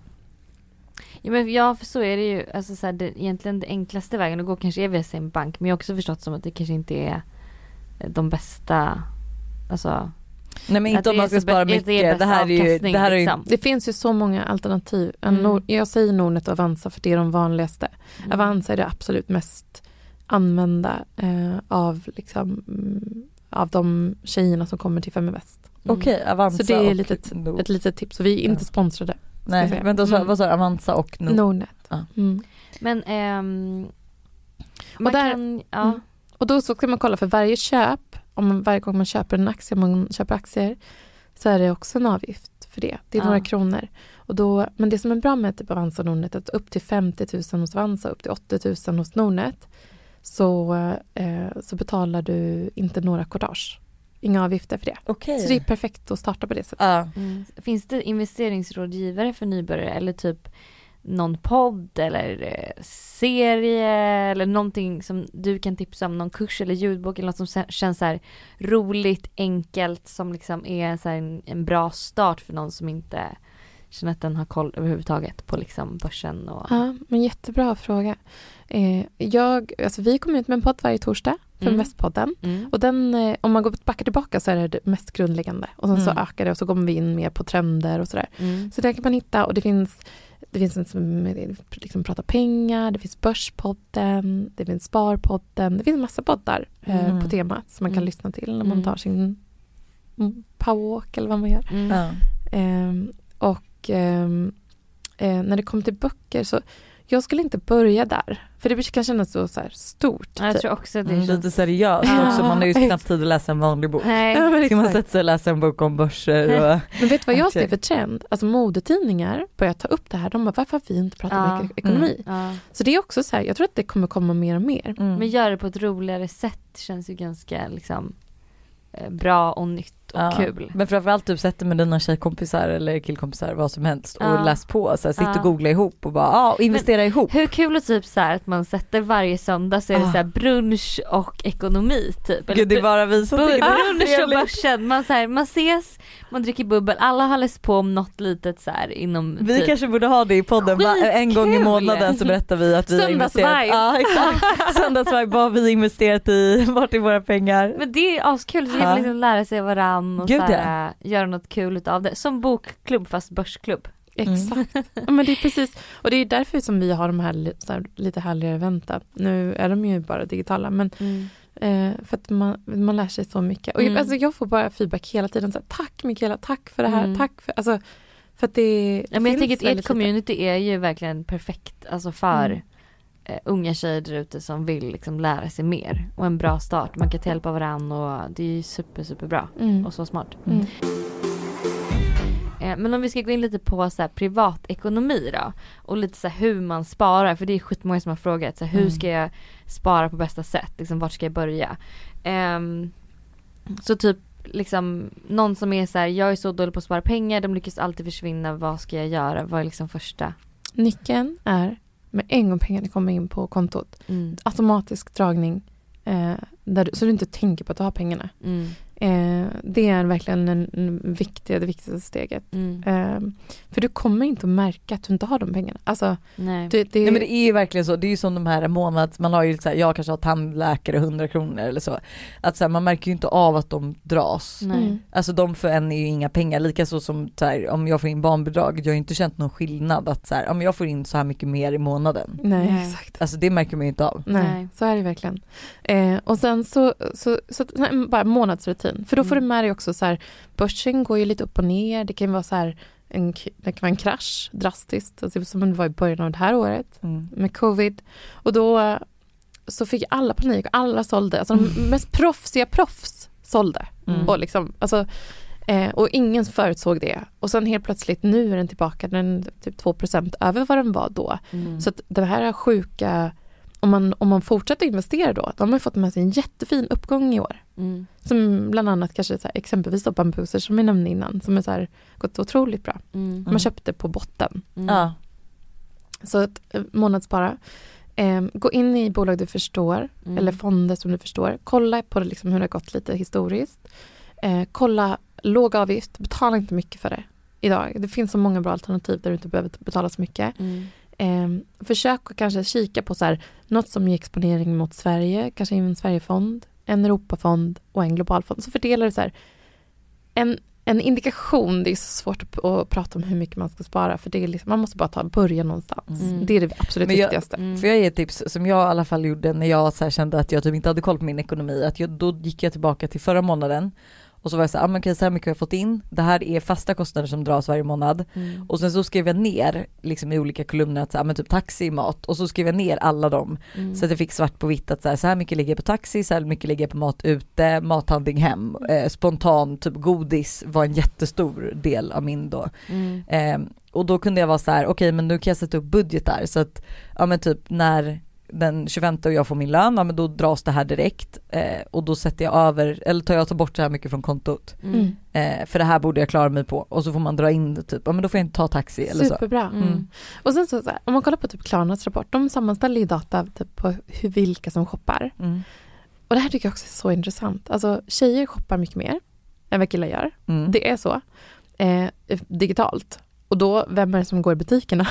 Ja, men ja, för så är det ju, alltså så här, det, egentligen det enklaste vägen att gå kanske är via sin bank, men jag har också förstått som att det kanske inte är de bästa, alltså Nej, men att inte om det är man ska så spara bä- att det är mycket. Det bästa här är ju, avkastning, det här är ju liksom. det finns ju så många alternativ. En Mm. Nord, jag säger Nordnet och Avanza för det är de vanligaste. Mm. Avanza är det absolut mest använda eh, av, liksom, mm, av de tjejerna som kommer till Feminvest. Mm. okej, Avanza Så det är och litet- Nord. Ett litet tips. Så vi är inte Ja. sponsrade. ska jag Nej, säga. vänta, så, Mm. vad sa du? Avanza och Nord? Nordnet. Ja. Mm. Men ehm, man där- kan, ja. Mm. Och då så ska man kolla för varje köp, om man, varje gång man köper en aktie, om man köper aktier, så är det också en avgift för det. Det är Ja. några kronor. Och då, men det som är bra med typ Avanza och Nordnet är att upp till femtio tusen hos Avanza, upp till åttio tusen hos Nordnet, så, eh, så betalar du inte några courtage. Inga avgifter för det. Okej. Så det är perfekt att starta på det sättet. Ja. Mm. Finns det investeringsrådgivare för nybörjare eller typ någon podd eller eh, serie eller någonting som du kan tipsa om, någon kurs eller ljudbok eller något som sen- känns så här roligt, enkelt, som liksom är så här en, en bra start för någon som inte känner att den har koll överhuvudtaget på liksom börsen och... Ja, men jättebra fråga. Eh, jag, alltså vi kommer ut med en podd varje torsdag från Mm. Västpodden. Mm. Och den, eh, om man går backar tillbaka så är det det mest grundläggande. Och sen så Mm. ökar det och så kommer vi in mer på trender och sådär. Mm. Så där kan man hitta, och det finns det finns en som eh, liksom pratar pengar, det finns Börspodden, det finns Sparpodden, det finns en massa poddar eh, Mm. på temat som man kan Mm. lyssna till när man Mm. tar sin mm, powerwalk eller vad man gör. Mm. Ja. Ehm, och ehm, eh, när det kommer till böcker så jag skulle inte börja där. För det kan kännas så, så här stort. Ja, jag typ. tror också att det Mm, känns... lite seriöst Ja. också. Man har ju knappt tid att läsa en vanlig bok. Nej. Ja, men Ska man exakt. sätta sig och läsa en bok om börser och... Men vet du vad jag Okej. ser för trend? Alltså modetidningar börjar ta upp det här. De bara, varför har vi inte pratat Ja. mycket ekonomi? Ja. Så det är också så här, jag tror att det kommer komma mer och mer. Mm. Men göra det på ett roligare sätt känns ju ganska liksom eh, bra och nytt och Ja. kul. Men framförallt typ sätter med dina tjejkompisar eller killkompisar, vad som helst, och Ja. läs på, så här, sitt Ja. och googla ihop och bara, ja, och investera ihop. Hur kul och typ så här att man sätter varje söndag så är det Ah. så här brunch och ekonomi typ. Eller Gud, det är bara vi som bu- tycker det är brunch och trevligt. börsen. Man, så här, man ses, man dricker bubbel. Alla har läst på om något litet så här inom Vi typ. kanske borde ha det i podden. Va- En gång i Skitkul. månaden så berättar vi att vi har investerat. Söndagsvibe. Ja, exakt. Söndagsvibe, vad har vi investerat i? Vart är våra pengar? Men det är askul, så kan Ja. man liksom lära sig av varann och Gud, så här, göra något kul utav det. Som bokklubb fast börsklubb. Exakt. Ja, men det är precis. Och det är därför som vi har de här, li- så här lite härligare eventen. Nu är de ju bara digitala, men eh, för att man, man lär sig så mycket. Och Mm. jag, alltså, jag får bara feedback hela tiden. Så här, tack Mikaela, tack för det här. Mm. Tack för, alltså, för att det Ja, men jag finns tänker att ert väldigt lite. community är ju verkligen perfekt alltså för Mm. eh, unga tjejer där ute som vill liksom lära sig mer. Och en bra start. Man kan hjälpa varandra och det är ju super super bra Mm. och så smart. Mm. Eh, men om vi ska gå in lite på så här, privatekonomi då. Och lite så här, hur man sparar. För det är skitmånga som har frågat. Så här, hur Mm. ska jag spara på bästa sätt? Liksom, vart ska jag börja? Ehm, så typ liksom någon som är så här, jag är så dålig på att spara pengar. De lyckas alltid försvinna. Vad ska jag göra? Vad är liksom första? Nyckeln är med en gång pengarna kommer in på kontot. Mm. Automatisk dragning. Eh, där du, så du inte tänker på att du har pengarna. Mm. Eh, det är verkligen en, en viktig, det viktigaste steget. Mm. Eh, för du kommer inte att märka att du inte har de pengarna. Alltså, Nej. det, det, Nej, men det är ju verkligen så, det är ju som de här månads, man har ju så här, jag kanske har tandläkare hundra kronor eller så, att så här, man märker ju inte av att de dras. Nej. Mm. Alltså de för en är ju inga pengar, lika så som så här, om jag får in barnbidrag, jag har ju inte känt någon skillnad att så här, om jag får in så här mycket mer i månaden. Nej, Nej. exakt. Alltså det märker man ju inte av. Nej, Nej. så är det verkligen. Eh, och sen så, så, så, så nej, bara månadsrutin. För då får Mm. du med dig också så här, börsen går ju lite upp och ner. Det kan ju vara så här, en, det kan vara en krasch drastiskt. Alltså, som det var i början av det här året Mm. med covid. Och då så fick alla panik och alla sålde. Alltså de mest proffsiga proffs sålde. Mm. Och, liksom, alltså, eh, och ingen förutsåg det. Och sen helt plötsligt, nu är den tillbaka, den är typ två procent över vad den var då. Mm. Så att det här är sjuka, om man, om man fortsätter investera då, då har man fått med sig en jättefin uppgång i år. Mm. Som bland annat kanske så här, exempelvis då bambuser som vi nämnde innan, som är så här, gått otroligt bra. Mm. Man köpte på botten. Mm. Ja. Så att eh, månadsspara. Eh, gå in i bolag du förstår, Mm. eller fonder som du förstår. Kolla på det, liksom, hur det har gått lite historiskt. Eh, kolla låg avgift, betala inte mycket för det idag. Det finns så många bra alternativ där du inte behöver betala så mycket. Mm. Eh, försök att kanske kika på så här, något som ger exponering mot Sverige, kanske en Sverigefond, en Europafond och en globalfond. Så fördelar du så här, en, en indikation. Det är så svårt att, att prata om hur mycket man ska spara, för det är liksom, man måste bara ta börja någonstans. Mm. Det är det absolut Men jag- viktigaste. Mm. För jag ger ett tips som jag i alla fall gjorde när jag så här kände att jag typ inte hade koll på min ekonomi, att jag, då gick jag tillbaka till förra månaden Och så var jag så här, ah, men okej, så här mycket har jag fått in. Det här är fasta kostnader som dras varje månad. Mm. Och sen så skrev jag ner liksom i olika kolumner att så här, men typ taxi, mat. Och så skrev jag ner alla dem. Mm. Så att jag fick svart på vitt att så här, så här mycket ligger på taxi, så här mycket ligger på mat ute, mathandling hem. Eh, spontan typ godis var en jättestor del av min då. Mm. Eh, och då kunde jag vara så här, okej okay, men nu kan jag sätta upp budgetar. Så att ja men typ när den tjugofemte och jag får min lön, ja men då dras det här direkt. Eh, och då sätter jag över, eller tar jag tar bort så här mycket från kontot. Mm. Eh, för det här borde jag klara mig på. Och så får man dra in typ, ja men då får jag inte ta taxi eller så. Superbra. Mm. Och sen så, så här, om man kollar på typ Klarnas rapport, de sammanställer ju data typ på hur, vilka som shoppar. Mm. Och det här tycker jag också är så intressant. Alltså tjejer shoppar mycket mer än vad killar gör. Mm. Det är så. Eh, digitalt. Och då, vem är det som går i butikerna?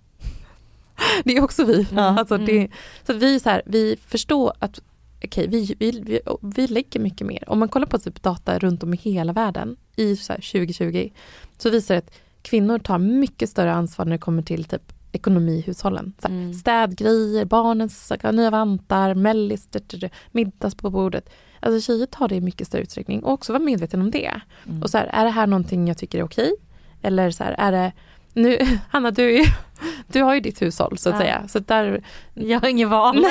Det är också vi. Ja. Alltså, det, Mm. så att vi, så här, vi förstår att okay, vi, vi, vi, vi lägger mycket mer. Om man kollar på typ data runt om i hela världen i så här tjugo tjugo så visar det att kvinnor tar mycket större ansvar när det kommer till typ ekonomi i hushållen. Så här, Mm. städgrejer, barnens nya vantar, mellis, middags på bordet. Alltså tjejer tar det i mycket större utsträckning och också vara medveten om det. Mm. Och så här, är det här någonting jag tycker är okej? Eller så här, är det nu, Hanna, du, är, du har ju ditt hushåll så att Ja. säga. Så där, Jag har ingen val.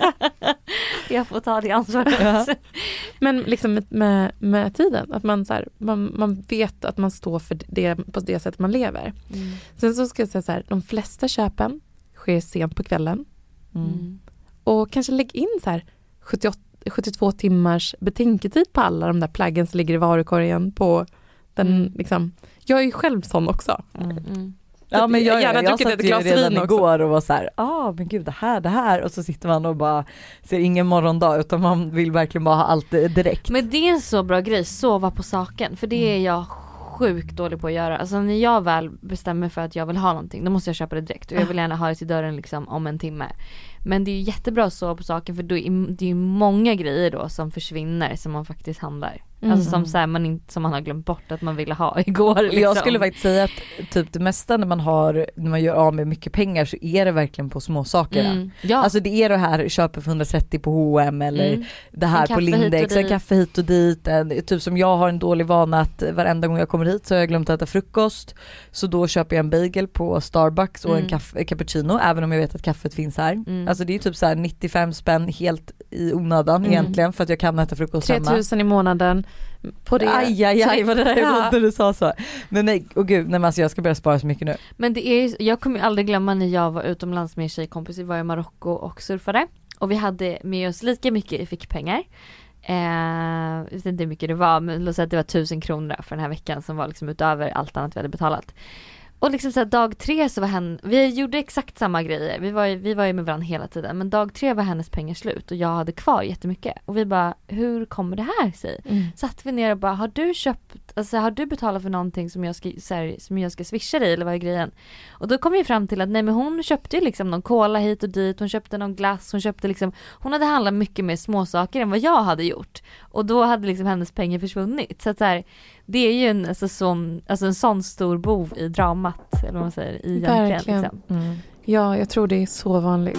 Jag får ta det ansvaret. Ja. men liksom med, med, med tiden, att man, så här, man, man vet att man står för det på det sättet man lever. Mm. Sen så ska jag säga så här, de flesta köpen sker sent på kvällen. Mm. Mm. Och kanske lägg in så här sjuttioåtta, sjuttiotvå timmars betänketid på alla de där plaggen som ligger i varukorgen på den Mm. liksom. Jag är ju själv sån också. Mm. Mm. Ja men jag, Gärna jag, jag druckit satt ett ju glas redan vin också. igår och var så här, ah men gud det här, det här. Och så sitter man och bara ser ingen morgondag utan man vill verkligen bara ha allt direkt. Men det är en så bra grej, sova på saken. För det är jag sjukt dålig på att göra. Alltså när jag väl bestämmer för att jag vill ha någonting, då måste jag köpa det direkt. Och jag vill gärna ha det till dörren liksom om en timme. Men det är ju jättebra att sova på saken, för då är det är ju många grejer då som försvinner som man faktiskt handlar. Mm. Alltså som, så här, man inte, som man har glömt bort att man ville ha igår. Liksom. Jag skulle faktiskt säga att typ det mesta när man har, när man gör av med mycket pengar så är det verkligen på små saker. Mm. Ja. Alltså det är det här, köper för hundratrettio på H och M eller Mm. det här En på kaffe hit och Lindex, en dit. kaffe hit och dit. En, typ som jag har en dålig vana att varenda gång jag kommer hit så har jag glömt att äta frukost. Så då köper jag en bagel på Starbucks och Mm. en kaffe, cappuccino, även om jag vet att kaffet finns här. Mm. Alltså det är typ så här nittiofem spänn helt i onödan Mm. egentligen för att jag kan äta frukost hemma. tre tusen i månaden på det. Aj, aj, aj, vad det där Ja. när du sa så. Men nej, och gud, nej, men alltså jag ska börja spara så mycket nu. Men det är ju, jag kommer ju aldrig glömma när jag var utomlands med en tjejkompis. Vi var i Marocko och surfade. Och vi hade med oss lika mycket i fickpengar. Eh, jag vet inte hur mycket det var, men låt säga att det var tusen kronor för den här veckan som var liksom utöver allt annat vi hade betalat. Och liksom så här, dag tre så var hen, vi gjorde exakt samma grejer. Vi var ju, vi var ju med varandra hela tiden. Men dag tre var hennes pengar slut och jag hade kvar jättemycket. Och vi bara, hur kommer det här sig? Mm. Satt vi ner och bara, har du köpt, alltså har du betalat för någonting som jag ska, så här, som jag ska swisha dig eller vad är grejen? Och då kom vi fram till att nej men hon köpte ju liksom någon cola hit och dit, hon köpte någon glass, hon köpte liksom, hon hade handlat mycket mer småsaker än vad jag hade gjort. Och då hade liksom hennes pengar försvunnit. Så att så här, det är ju en, alltså, sån, alltså en sån stor bov i dramat, eller vad man säger, i egentligen. Verkligen. Liksom. Mm. Ja, jag tror det är så vanligt.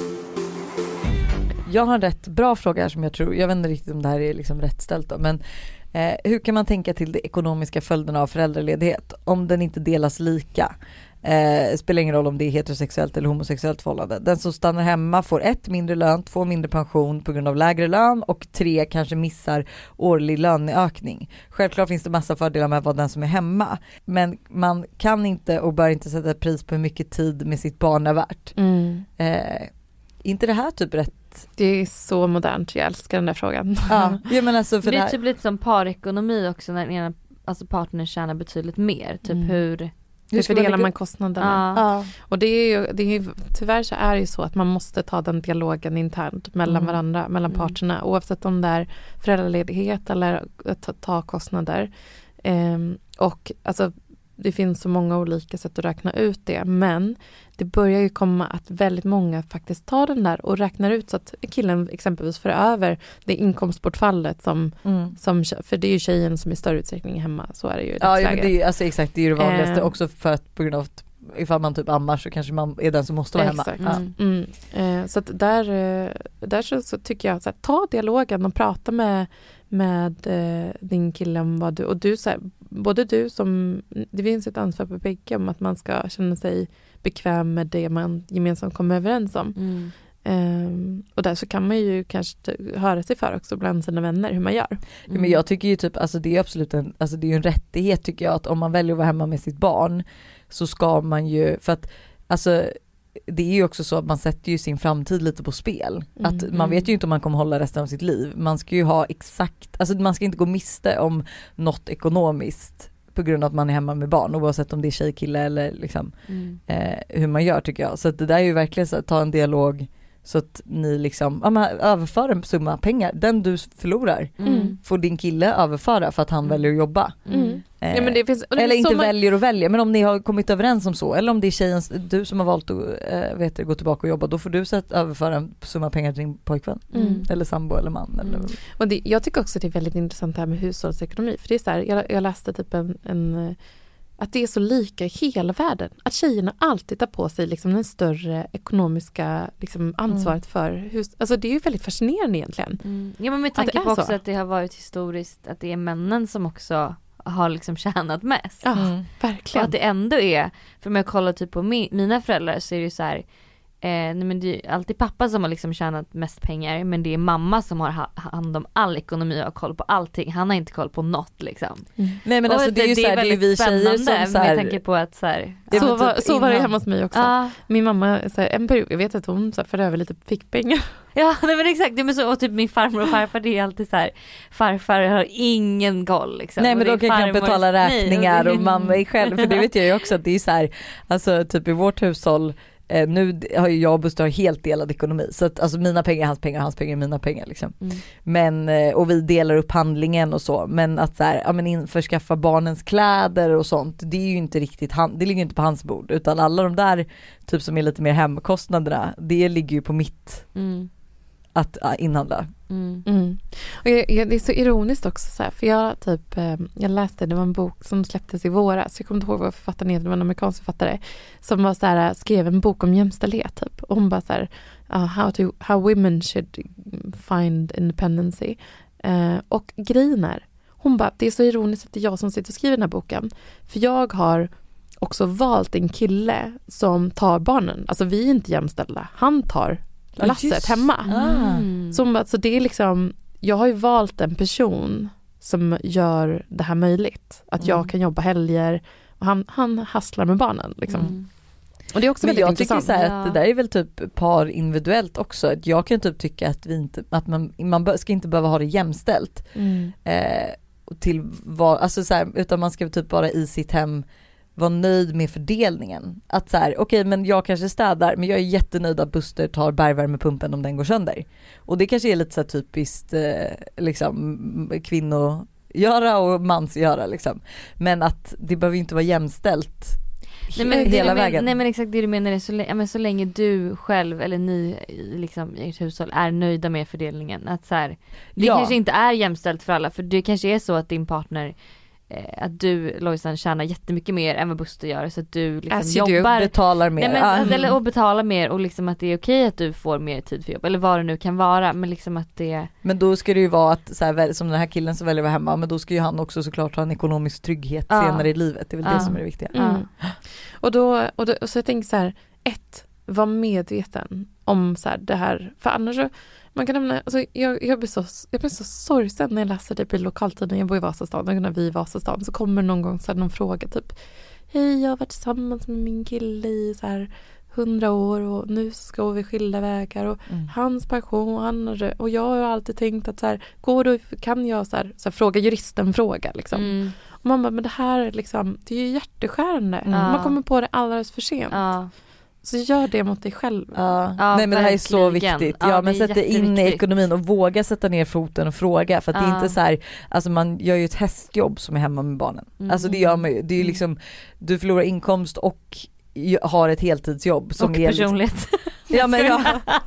Jag har en rätt bra fråga här som jag tror, jag vet inte riktigt om det här är liksom rätt ställt då, men eh, hur kan man tänka till de ekonomiska följderna av föräldraledighet om den inte delas lika? Eh, spelar ingen roll om det är heterosexuellt eller homosexuellt förhållande. Den som stannar hemma får ett, mindre lön, två, mindre pension på grund av lägre lön och tre, kanske missar årlig löneökning. Självklart finns det massa fördelar med att vara den som är hemma, men man kan inte och bör inte sätta pris på hur mycket tid med sitt barn är värt. Mm. Eh, inte det här typ rätt? Det är så modernt, jag älskar den där frågan. Ja, jag menar alltså för Det det är här, typ lite som parekonomi också när den ena, alltså partnern tjänar betydligt mer. Typ Mm. hur... Hur ska man fördelar lägga- man kostnaderna? Ja. ja. Och det är ju, det är ju, tyvärr så är det ju så att man måste ta den dialogen internt mellan Mm. varandra, mellan Mm. parterna, oavsett om det är föräldraledighet eller att ta, ta kostnader. Ehm, och alltså det finns så många olika sätt att räkna ut det, men det börjar ju komma att väldigt många faktiskt tar den där och räknar ut så att killen exempelvis för över det inkomstbortfallet som, Mm. som för det är ju tjejen som i större utsträckning är hemma, så är det ju i Ja, ja, men dagsläget. det är ju, alltså exakt, det är ju det vanligaste Eh. också för att på grund av att ifall man typ ammar så kanske man är den som måste vara hemma. Exakt. Ja. Mm. Mm. Eh, så att där, eh, där så, så tycker jag så här, ta dialogen och prata med, med eh, din kille om vad du, och du så här, både du som, det finns ett ansvar på bägge om att man ska känna sig bekväm med det man gemensamt kommer överens om. Mm. Um, och där så kan man ju kanske höra sig för också bland sina vänner hur man gör. Mm. Ja, men jag tycker ju typ, alltså det är absolut en, alltså det är ju en rättighet tycker jag, att om man väljer att vara hemma med sitt barn så ska man ju, för att alltså det är ju också så att man sätter ju sin framtid lite på spel. Mm. Att man vet ju inte om man kommer hålla resten av sitt liv. Man ska ju ha exakt, alltså man ska inte gå miste om något ekonomiskt på grund av att man är hemma med barn, oavsett om det är tjej, kille eller liksom Mm. eh, hur man gör tycker jag. Så att det där är ju verkligen så att ta en dialog så att ni liksom, ja, men överför en summa pengar. Den du förlorar Mm. får din kille överföra för att han Mm. väljer att jobba. Mm. Eh, Ja, men det finns, och det eller finns inte så man- väljer och väljer, men om ni har kommit överens om så, eller om det är tjejens, du som har valt att äh, vet du, gå tillbaka och jobba, då får du sätt överföra en summa pengar till din pojkvän. Mm. Eller sambo eller man. Eller... Mm. Och det, jag tycker också det är väldigt intressant det här med hushållsekonomi. För det är så här, jag, jag läste typ en, en att det är så lika i hela världen. Att tjejerna alltid tar på sig liksom den större ekonomiska liksom, ansvaret mm. för hus. Alltså det är ju väldigt fascinerande egentligen. Mm. Ja, men med Att tanke det är på också så. att det har varit historiskt att det är männen som också har liksom tjänat mest. Ja, Mm. Och verkligen. att det ändå är, för om jag kollar typ på mi, mina föräldrar så är det ju så här, eh, nej men det är alltid pappa som har liksom tjänat mest pengar, men det är mamma som har ha, hand om all ekonomi och har koll på allting. Han har inte koll på något liksom. Mm. Nej men Och alltså det är ju så här, det är ju vi tjejer som så med här, tanke på att så här, Ja, Så, men var, typ så var det innan. hemma hos mig också. ja, Min mamma, så här, en period, jag vet att hon så här, för över lite fickpengar. ja nej men exakt, det men så, och typ min farmor och farfar, det är alltid så här, farfar har ingen koll liksom. nej men Och de det är kan knappt farmors- betala nej, räkningar det är- och mamma är själv, för det vet jag ju också att det är så här, alltså typ i vårt hushåll eh, nu har ju jag och Buster helt delad ekonomi, så att alltså mina pengar är hans pengar, hans pengar är mina pengar liksom. Mm. Men, eh, och vi delar upp handlingen och så, men att så här, ja men införskaffa barnens kläder och sånt, det är ju inte riktigt, han, det ligger inte på hans bord, utan alla de där typ som är lite mer hemkostnaderna, det ligger ju på mitt Mm. att äh, inhandla. Mm. Mm. Och jag, jag, det är så ironiskt också så här, för jag typ eh, jag läste, det var en bok som släpptes i våras, jag kommer inte ihåg vad författaren heter, det var en amerikansk författare som var så här, skrev en bok om jämställdhet typ, och hon bara så här, uh, how to how women should find independency, uh, och grejen är, hon bara, det är så ironiskt att det är jag som sitter och skriver den här boken, för jag har också valt en kille som tar barnen, alltså vi är inte jämställda, han tar Ja, lasset just. hemma. Ah. Mm. Så alltså det är liksom, jag har ju valt en person som gör det här möjligt. Att jag Mm. kan jobba helger och han, han hasslar med barnen liksom. Mm. Och det är också Men väldigt jag tycker intressant. så här Ja. att det där är väl typ par individuellt också. Att jag kan typ tycka att vi inte, att man, man bör- ska inte behöva ha det jämställt. Mm. Eh, och till vad, alltså så här, utan man ska typ bara i sitt hem vara nöjd med fördelningen. Att så här, okej okay, men jag kanske städar, men jag är jättenöjd att Buster tar bergvärmepumpen om den går sönder. Och det kanske är lite så här typiskt eh, liksom kvinnor göra och mans göra liksom. Men att det behöver ju inte vara jämställt Nej, men, hela det, men, vägen. nej men exakt det du menar är så, lä- ja, men så länge du själv eller ni i, liksom, i ert hushåll är nöjda med fördelningen. Att så här, det Ja. kanske inte är jämställt för alla, för det kanske är så att din partner eh, att du Lojsan tjänar jättemycket mer än vad Buster gör, så att du liksom As you do. jobbar betalar mer. nej, men, Ja. alltså, eller, och betalar mer, och liksom att det är okej att du får mer tid för jobb eller vad det nu kan vara, men liksom att det Men då ska det ju vara att så här, väl- som den här killen som väljer att vara hemma, men då ska ju han också såklart ha en ekonomisk trygghet Ja. senare i livet. Det är väl Ja. det som är det viktiga. Mm. Och då, och då och så jag tänker så här, ett, var medveten om så här, det här, för annars så, man kan nämna, alltså jag, jag, blir så, jag blir så sorgsen när jag läser typ i lokaltidningen, jag bor i Vasastan, och när vi är i Vasastan så kommer någon gång så här, någon fråga typ, hej jag har varit tillsammans med min kille i så här hundra år och nu ska vi skilda vägar och Mm. hans pension och, han, har det- och jag har alltid tänkt att så här, går det, kan jag så här, så här, fråga juristen fråga liksom. mm, Och man bara, men det här är liksom, det är ju hjärteskärande. Mm. Man kommer på det alldeles för sent. ja. Så gör det mot dig själv. Ja. Ja, Nej men det här är så verkligen. viktigt. Ja, Ja, det men är sätt det in i jätteviktigt. ekonomin och våga sätta ner foten och fråga, för att det är Ja. inte så här, alltså man gör ju ett hästjobb som är hemma med barnen. Mm. Alltså det gör man ju, det är ju Mm. liksom, du förlorar inkomst och ju- har ett heltidsjobb som Och är liksom, personlighet. Ja, men ja.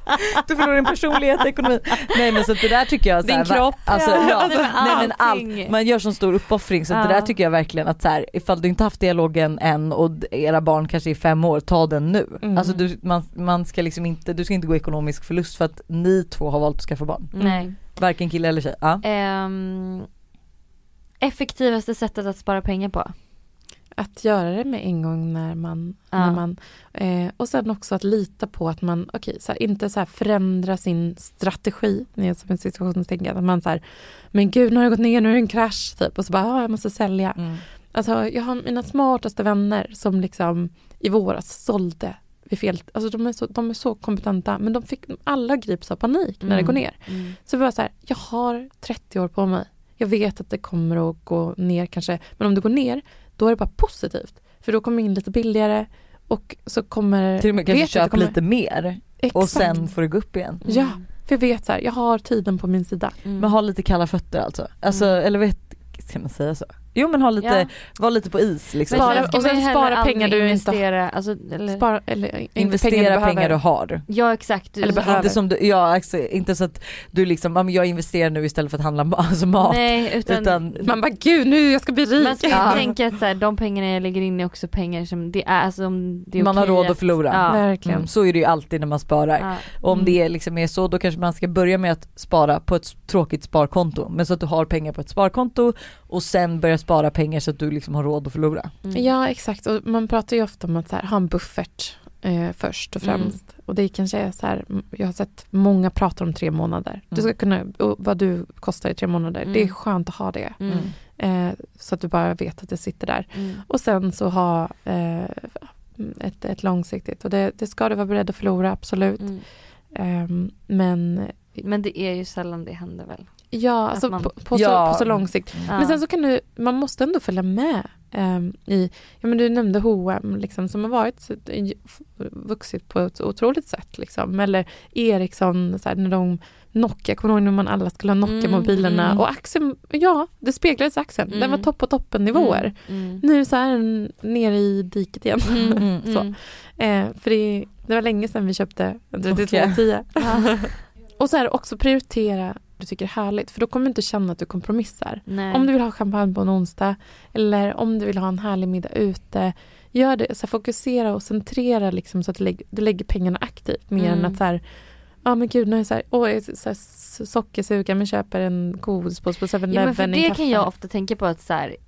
Du förlorar din personlighet och ekonomi. Nej, men så det där tycker jag så din här, kropp. Alltså, Ja, ja, nej, men nej, men allting. allt, man gör sån stor uppoffring så Ja. det där tycker jag verkligen att så här, ifall du inte haft dialogen än och era barn kanske är fem år, ta den nu. Mm. Alltså du, man, man ska liksom inte, du ska inte gå ekonomisk förlust för att ni två har valt att skaffa barn. Nej. Varken kille eller tjej. Ja. Ehm, effektivaste sättet att spara pengar på? Att göra det med en gång när man, Ja. när man eh, och sen också att lita på att man, okej, så här, inte så här förändra sin strategi när som en situationstänk, att man så här, men gud, nu har det gått ner, nu är det en krasch typ, och så bara, ja, jag måste sälja. Mm. Alltså, jag har mina smartaste vänner som liksom i våras sålde vid fel, alltså de är så, de är så kompetenta, men de fick, alla grips av panik när det Mm. går ner. Mm. Så vi var så här, jag har trettio år på mig. Jag vet att det kommer att gå ner kanske, men om det går ner, då är det bara positivt. För då kommer in lite billigare och så kommer... Till och med kanske vet att det köp kommer- lite mer Exakt. och sen får det gå upp igen. Ja, för jag vet så här, jag har tiden på min sida. Mm. Men ha lite kalla fötter alltså. Alltså Mm. eller vet, ska man säga så? Jo, men ha lite, Ja. var lite på is liksom. Spara- ska och sen man ju spara heller pengar du aldrig inte har. investera, alltså, eller, Spara, eller inte Investera pengar, pengar du har. ja exakt. Eller Så- behöver. Inte som du, ja, alltså, inte så att du liksom, ja, men jag investerar nu istället för att handla ma- alltså mat. Nej, utan, Utan, Man bara, gud, nu jag ska bli rik. man ska ju Ja. tänka att så här, de pengarna jag lägger in är också pengar som det är, alltså, om det är man har okej råd att förlora. Ja. Verkligen. Mm, så är det ju alltid när man sparar. Ja. Och om Mm. det liksom är så, då kanske man ska börja med att spara på ett tråkigt sparkonto. Men så att du har pengar på ett sparkonto och sen börja spara pengar så att du liksom har råd att förlora. Mm. Ja, exakt. Och man pratar ju ofta om att så här, ha en buffert eh, först och främst. Mm. Och det kanske är så här, jag har sett många prata om tre månader. Du ska kunna, och vad du kostar i tre månader. Mm. Det är skönt att ha det. Mm. Eh, så att du bara vet att det sitter där. Mm. Och sen så ha eh, ett, ett långsiktigt. Och det, det ska du vara beredd att förlora, absolut. Mm. Eh, men Men det är ju sällan det händer väl. ja, alltså man- på, på, Ja. Så, på så lång sikt. Ja. Men sen så kan du, man måste ändå följa med ehm, i, ja men du nämnde H och M liksom, som har varit så- vuxit på ett otroligt sätt liksom. Eller Ericsson, så här, när de Nokia, kommer ihåg när man alla skulle ha Nokia-mobilerna Mm, mm. och aktien, ja, det speglades aktien. Den var Mm. topp på toppen nivåer. Mm. Nu så är den nere i diket igen. Mm. Mm. Så. Mm. Eh, för det, det var länge sedan vi köpte en trettiotvå Nokia. tio. Ja. Och så här, också prioritera du tycker är härligt. För då kommer du inte känna att du kompromissar. Nej. Om du vill ha champagne på en onsdag eller om du vill ha en härlig middag ute, gör det. Så här, fokusera och centrera liksom, så att du lägger, du lägger pengarna aktivt mer Mm. än att så här, ja men gud, nu är jag så här, åh, jag är så här s- sockersugen, men köper en godispåse på seven Ja, men eleven, för en det kaffe. kan jag ofta tänka på att så här,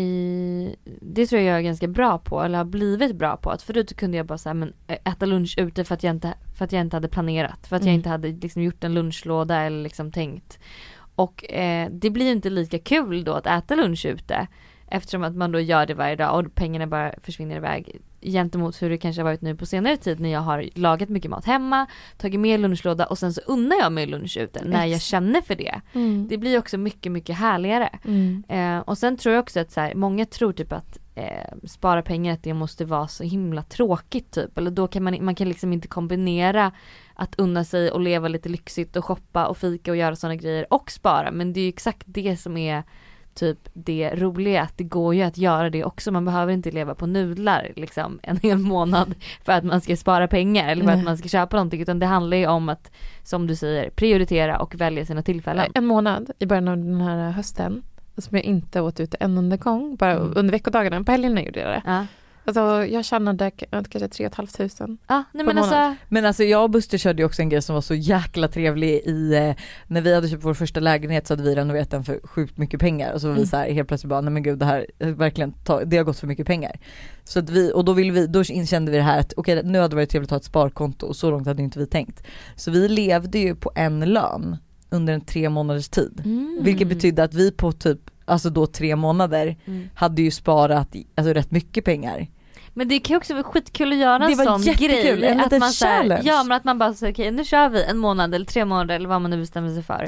i, det tror jag jag är ganska bra på eller har blivit bra på. Att förut kunde jag bara så här, men, äta lunch ute för att jag inte, för att jag inte hade planerat. För att jag Mm. inte hade liksom, gjort en lunchlåda eller liksom tänkt. Och eh, det blir inte lika kul då att äta lunch ute. Eftersom att man då gör det varje dag och pengarna bara försvinner iväg. Gentemot hur det kanske har varit nu på senare tid när jag har lagat mycket mat hemma, tagit med lunchlåda och sen så unnar jag mig lunch ute när jag Ex- känner för det. Mm. Det blir också mycket, mycket härligare. Mm. Eh, och sen tror jag också att så här, många tror typ att eh, spara pengar att det måste vara så himla tråkigt typ. Eller då kan man, man kan liksom inte kombinera att unna sig och leva lite lyxigt och shoppa och fika och göra sådana grejer och spara. Men det är ju exakt det som är typ det roliga, att det går ju att göra det också. Man behöver inte leva på nudlar liksom en hel månad för att man ska spara pengar eller för Nej. att man ska köpa någonting, utan det handlar ju om att, som du säger, prioritera och välja sina tillfällen. En månad i början av den här hösten som jag inte åt ut en enda gång, bara Mm. under veckodagarna. På helgerna gjorde jag det. Ja, Alltså, jag tjänade k- kanske tre och ett halvt tusen. ja nej På men månad. alltså Men alltså jag och Buster körde ju också en grej som var så jäkla trevlig i, eh, när vi hade köpt vår första lägenhet så hade vi renoverat den för sjukt mycket pengar och så var vi Mm. så här helt plötsligt bara, nej men gud det här är verkligen, ta, det har gått för mycket pengar. Så att vi, och då ville vi, då inkände vi det här att okej, nu hade det varit trevligt att ha ett sparkonto och så långt hade inte vi tänkt. Så vi levde ju på en lön under en tre månaders tid. mm. Vilket betydde att vi på typ, alltså då tre månader Mm. hade ju sparat alltså rätt mycket pengar. Men det kan ju också vara skitkul att göra en Det var sån jättekul, grej. en Att liten man så här, challenge. ja men att man bara säger okej, nu kör vi en månad eller tre månader eller vad man nu bestämmer sig för.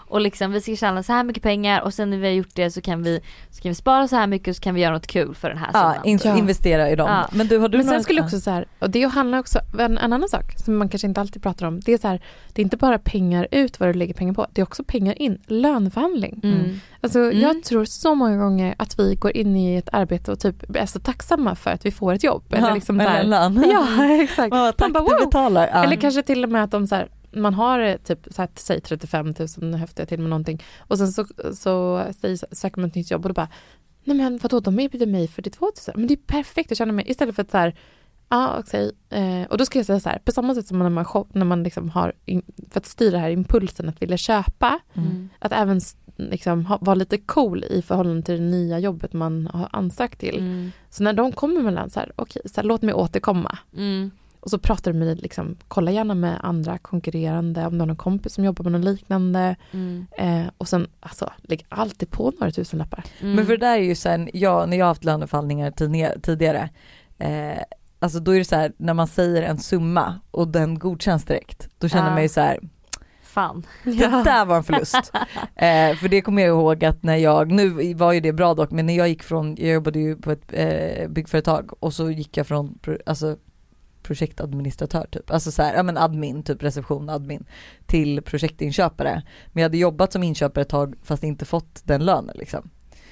och liksom vi ska tjäna så här mycket pengar och sen när vi har gjort det så kan vi, så kan vi spara så här mycket och så kan vi göra något kul för den här ja, summan. in- Ja. investera i dem. Ja. Men du har du Men sen några- skulle jag också så här, och det handlar också, en, en annan sak som man kanske inte alltid pratar om, det är så här, det är inte bara pengar ut vad du lägger pengar på, det är också pengar in, löneförhandling. Mm. Alltså Mm. jag tror så många gånger att vi går in i ett arbete och typ är så tacksamma för att vi får ett jobb. Eller Ja, liksom eller så här, en lön. ja, exakt. Ja, tack, Man bara, du wow. betalar. Ja. Eller kanske till och med att de så här, man har eh, typ så här, säg trettiofem tusen höftiga till med någonting och sen så, så säger, söker man ett nytt jobb och då bara, nej men vadå, de erbjuder mig fyrtiotvå tusen, men det är perfekt att känna mig, istället för att så här, ja okej, eh, och då ska jag säga så här, på samma sätt som när man, shop, när man liksom har, in, för att styra den här impulsen att vilja köpa, Mm. att även liksom ha, vara lite cool i förhållande till det nya jobbet man har ansökt till. Mm. Så när de kommer mellan så här, okej, så här, låt mig återkomma. Mm. Och så pratar du med, liksom, kolla gärna med andra konkurrerande, om du har någon kompis som jobbar med något liknande. Mm. Eh, och sen, alltså, lägg alltid på några tusenlappar. Mm. Men för det där är ju sen, jag, när jag har haft lönefallningar tidigare, tidigare eh, alltså då är det så här, när man säger en summa och den godkänns direkt, då känner Ja. man ju så här, Fan. det där var en förlust. eh, för det kommer jag ihåg att när jag, nu var ju det bra dock, men när jag gick från, jag jobbade ju på ett eh, byggföretag och så gick jag från, alltså projektadministratör typ, alltså så här, ja men admin, typ reception, admin, till projektinköpare. Men jag hade jobbat som inköpare ett tag fast inte fått den lönen liksom.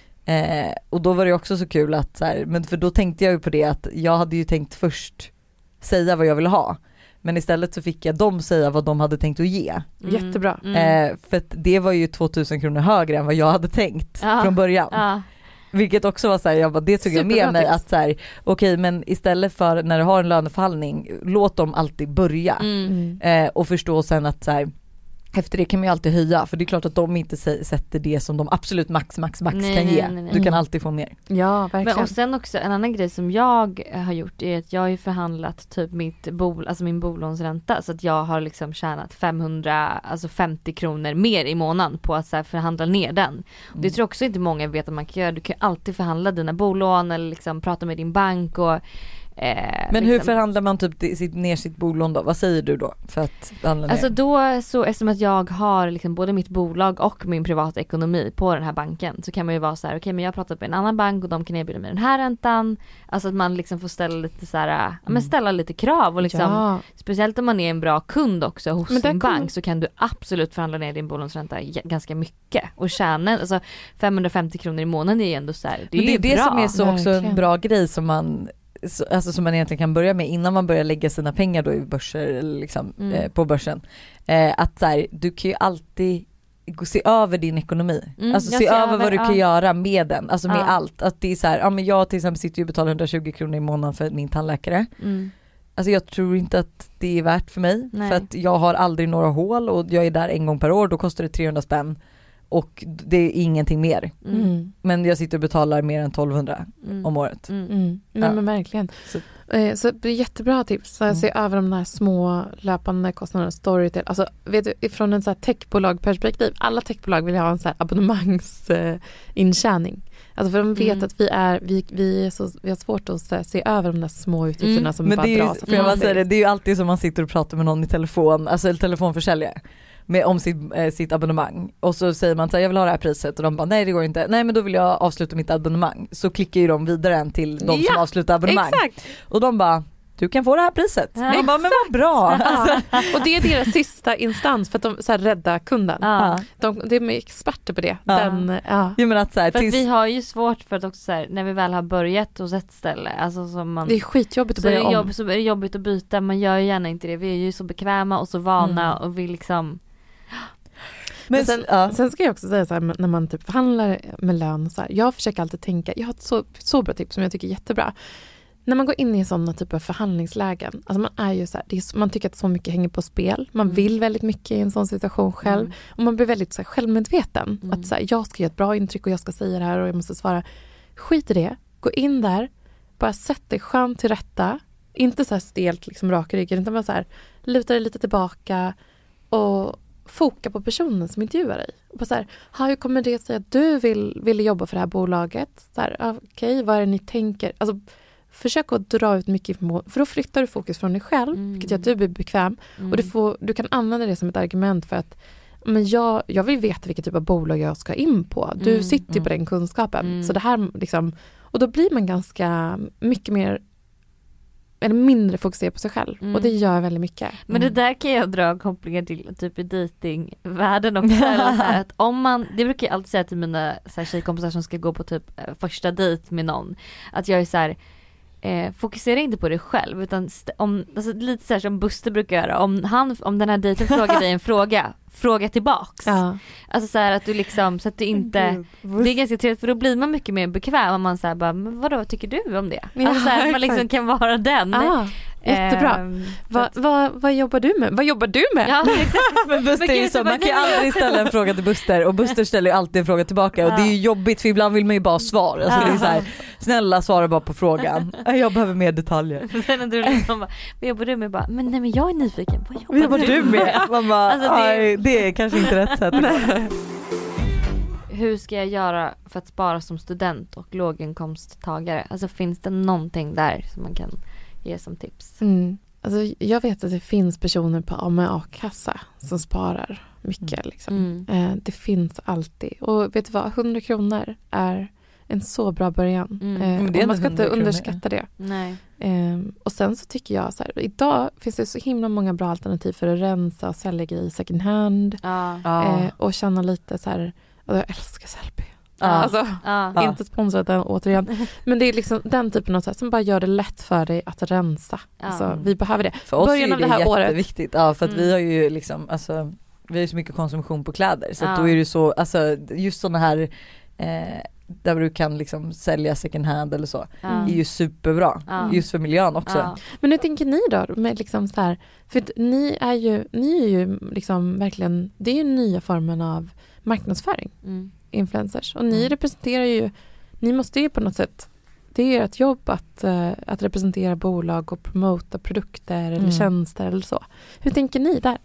Eh, och då var det också så kul att så här, men för då tänkte jag ju på det att jag hade ju tänkt först säga vad jag ville ha. Men istället så fick jag dem säga vad de hade tänkt att ge. Mm. Jättebra. Mm. Eh, för att det var ju tvåtusen kronor högre än vad jag hade tänkt Ja. från början. Ja. Vilket också var så här, jag bara, det tog jag Superbra med mig tips. att så här, okej, men istället för när du har en lönefallning, låt dem alltid börja. Mm. Mm. Eh, och förstå sen att så här, efter det kan man ju alltid höja, för det är klart att de inte sä- sätter det som de absolut max, max, max Nej, kan nej, ge. nej, nej. Du kan Mm. alltid få mer. Ja, verkligen. Men och sen också en annan grej som jag har gjort är att jag har ju förhandlat typ mitt bol, alltså min bolånsränta, så att jag har liksom tjänat femhundra, alltså femtio kronor mer i månaden på att så här förhandla ner den. Mm. Det tror jag också inte många vet att man kan göra. Du kan alltid förhandla dina bolån eller liksom prata med din bank och eh, Men liksom. hur förhandlar man typ det- sitt, ner sitt bolån då? Vad säger du då för att förhandla ner? Alltså då så, eftersom att jag har liksom både mitt bolag och min privata ekonomi på den här banken, så kan man ju vara så här: okej, okay, men jag har pratat med en annan bank och de kan erbjuda mig den här räntan. Alltså att man liksom får ställa lite så här, ja, men ställa lite krav och liksom, ja. speciellt om man är en bra kund också hos Men där sin kommer- bank, så kan du absolut förhandla ner din bolånsränta j- ganska mycket och tjäna, alltså femhundrafemtio kronor i månaden är ju ändå så här, det är Men det ju är det bra. som är så också en Verkligen. bra grej som man, så- alltså som man egentligen kan börja med innan man börjar lägga sina pengar då i börser eller liksom, Mm. eh, på börsen. Eh, att så här, du kan ju alltid gå, se över din ekonomi. Mm, alltså jag se ser över över, vad du kan ja. göra med den, alltså med Ja. allt. Att det är så här, ja men jag till exempel sitter ju och betalar hundratjugo kronor i månaden för min tandläkare. Mm. Alltså jag tror inte att det är värt för mig. Nej. För att jag har aldrig några hål och jag är där en gång per år, då kostar det trehundra spänn. Och det är ingenting mer. Mm. Mm. Men jag sitter och betalar mer än tolvhundra Mm. om året. Mm. Mm. Nej, Ja. men verkligen. Så- Eh, Så det är jättebra tips. Så Mm. se över de där små löpande kostnaderna, Storytel. Alltså, vet du, från en så här techbolag-perspektiv, alla techbolag vill ha en så här abonnemangsinskäning. Alltså för de vet Mm. att vi är, vi, vi, är så, vi har svårt att så här, se över de där små utgifterna Mm. som Men bara det är, ju, dras. för jag bara säga det, det är ju alltid som man sitter och pratar med någon i telefon, alltså en telefonförsäljare med, om sitt, eh, sitt abonnemang, och så säger man så här, jag vill ha det här priset, och de bara nej det går inte, nej men då vill jag avsluta mitt abonnemang, så klickar ju de vidare än till de som Ja, avslutar abonnemang, Exakt! och de bara du kan få det här priset. Ja. Man bara, men vad bra. Alltså, Och det är deras sista instans för att de så här, rädda kunden. Ja. De, de är experter på det. Ja. Den, ja. jag menar att så här, För att tills, vi har ju svårt för att också så här, när vi väl har börjat hos ett ställe, alltså som man, Det är skitjobbigt att så är börja det, om. jobb, så är det jobbigt att byta, man gör ju gärna inte det, vi är ju så bekväma och så vana Mm. och vi liksom men, Men sen, ja. sen ska jag också säga så här, när man typ förhandlar med lön, så här, jag försöker alltid tänka, jag har ett så, så bra tips som jag tycker är jättebra. När man går in i sådana typer av förhandlingslägen, alltså man är ju så här, det är, man tycker att så mycket hänger på spel, man Mm. vill väldigt mycket i en sån situation själv, Mm. och man blir väldigt så här, självmedveten. Mm. Att så här, jag ska göra ett bra intryck och jag ska säga det här och jag måste svara. Skit i det, gå in där, bara sätt dig skönt till rätta, inte så här stelt liksom rak i ryggen, utan bara så här, luta dig lite tillbaka och foka på personen som intervjuar dig. Och bara så här, hur kommer det sig att du vill, vill jobba för det här bolaget? Så här, okej, okay, vad är det ni tänker? Alltså, försök att dra ut mycket information, för då flyttar du fokus från dig själv, Mm. vilket gör att du blir bekväm. mm. Och du, får, du kan använda det som ett argument för att men jag, jag vill veta vilken typ av bolag jag ska in på. Du Mm, sitter ju mm. på den kunskapen. Mm. Så det här liksom, och då blir man ganska mycket mer eller mindre fokuserad på sig själv. Mm. Och det gör väldigt mycket. Men det Mm. där kan jag dra kopplingar till typ i datingvärlden också. Eller så här, att om man, det brukar jag alltid säga till mina så här, tjejkompisar som ska gå på typ eh, första dejt med någon. Att jag är så här, eh, fokusera inte på dig själv utan st- om, alltså, lite så här som Buster brukar göra. Om, han, om den här dejten frågar dig en fråga, fråga tillbaks. Ja. Alltså så här att du liksom, så att du inte, det är ganska trevligt för då blir man mycket mer bekväm om man säger bara, men vadå, vad tycker du om det? Ja, Alltså så här, att man liksom exakt. kan vara den. Ah, jättebra. Ehm, Va, va, vad jobbar du med? Vad jobbar du med? Ja, exakt. Men Buster är ju gud, så, så bara, man kan ju nej, men- aldrig ställa en fråga till Buster och Buster ställer ju alltid en fråga tillbaka och det är ju jobbigt för ibland vill man ju bara ha svar. Alltså det är så här, snälla svara bara på frågan. Jag behöver mer detaljer. Sen när du liksom bara, vad jobbar du med? Bara, men nej men jag är nyfiken, vad jobbar, Vad jobbar du med? Man bara, Alltså, det- aj, det är kanske inte rätt sätt. Hur ska jag göra för att spara som student och låginkomsttagare? Alltså finns det någonting där som man kan ge som tips? Mm. Alltså, jag vet att det finns personer på med a-kassa som sparar mycket. Liksom. Mm. Eh, det finns alltid. Och vet du vad? hundra kronor är en så bra början. Mm. Eh, Men det är och man ändå ska inte hundra kronor. underskatta det. Nej. Eh, och sen så tycker jag så här, idag finns det så himla många bra alternativ för att rensa och sälja grejer second hand. Ja. Ja. Eh, och känna lite så här, och jag älskar Sellpy. Ja. Alltså, Ja. Ja. inte sponsrat den, återigen. Men det är liksom den typen av så här, som bara gör det lätt för dig att rensa. Ja. Alltså, vi behöver det. För oss Början är av det, det här året. jätteviktigt. Ja, för att Mm. vi har ju liksom, alltså, vi har ju så mycket konsumtion på kläder så att Ja. då är det så, alltså just sådana här eh, där du kan liksom sälja second hand eller så, Ja. är ju superbra. Ja. Just för miljön också. Ja. Men hur tänker ni då? Med liksom så här, för att ni är ju, ni är ju liksom verkligen, det är ju nya formen av marknadsföring, Mm. influencers. Och ni Mm. representerar ju, ni måste ju på något sätt, det är ert jobb att, eh, att representera bolag och promota produkter eller Mm. tjänster eller så. Hur tänker ni där?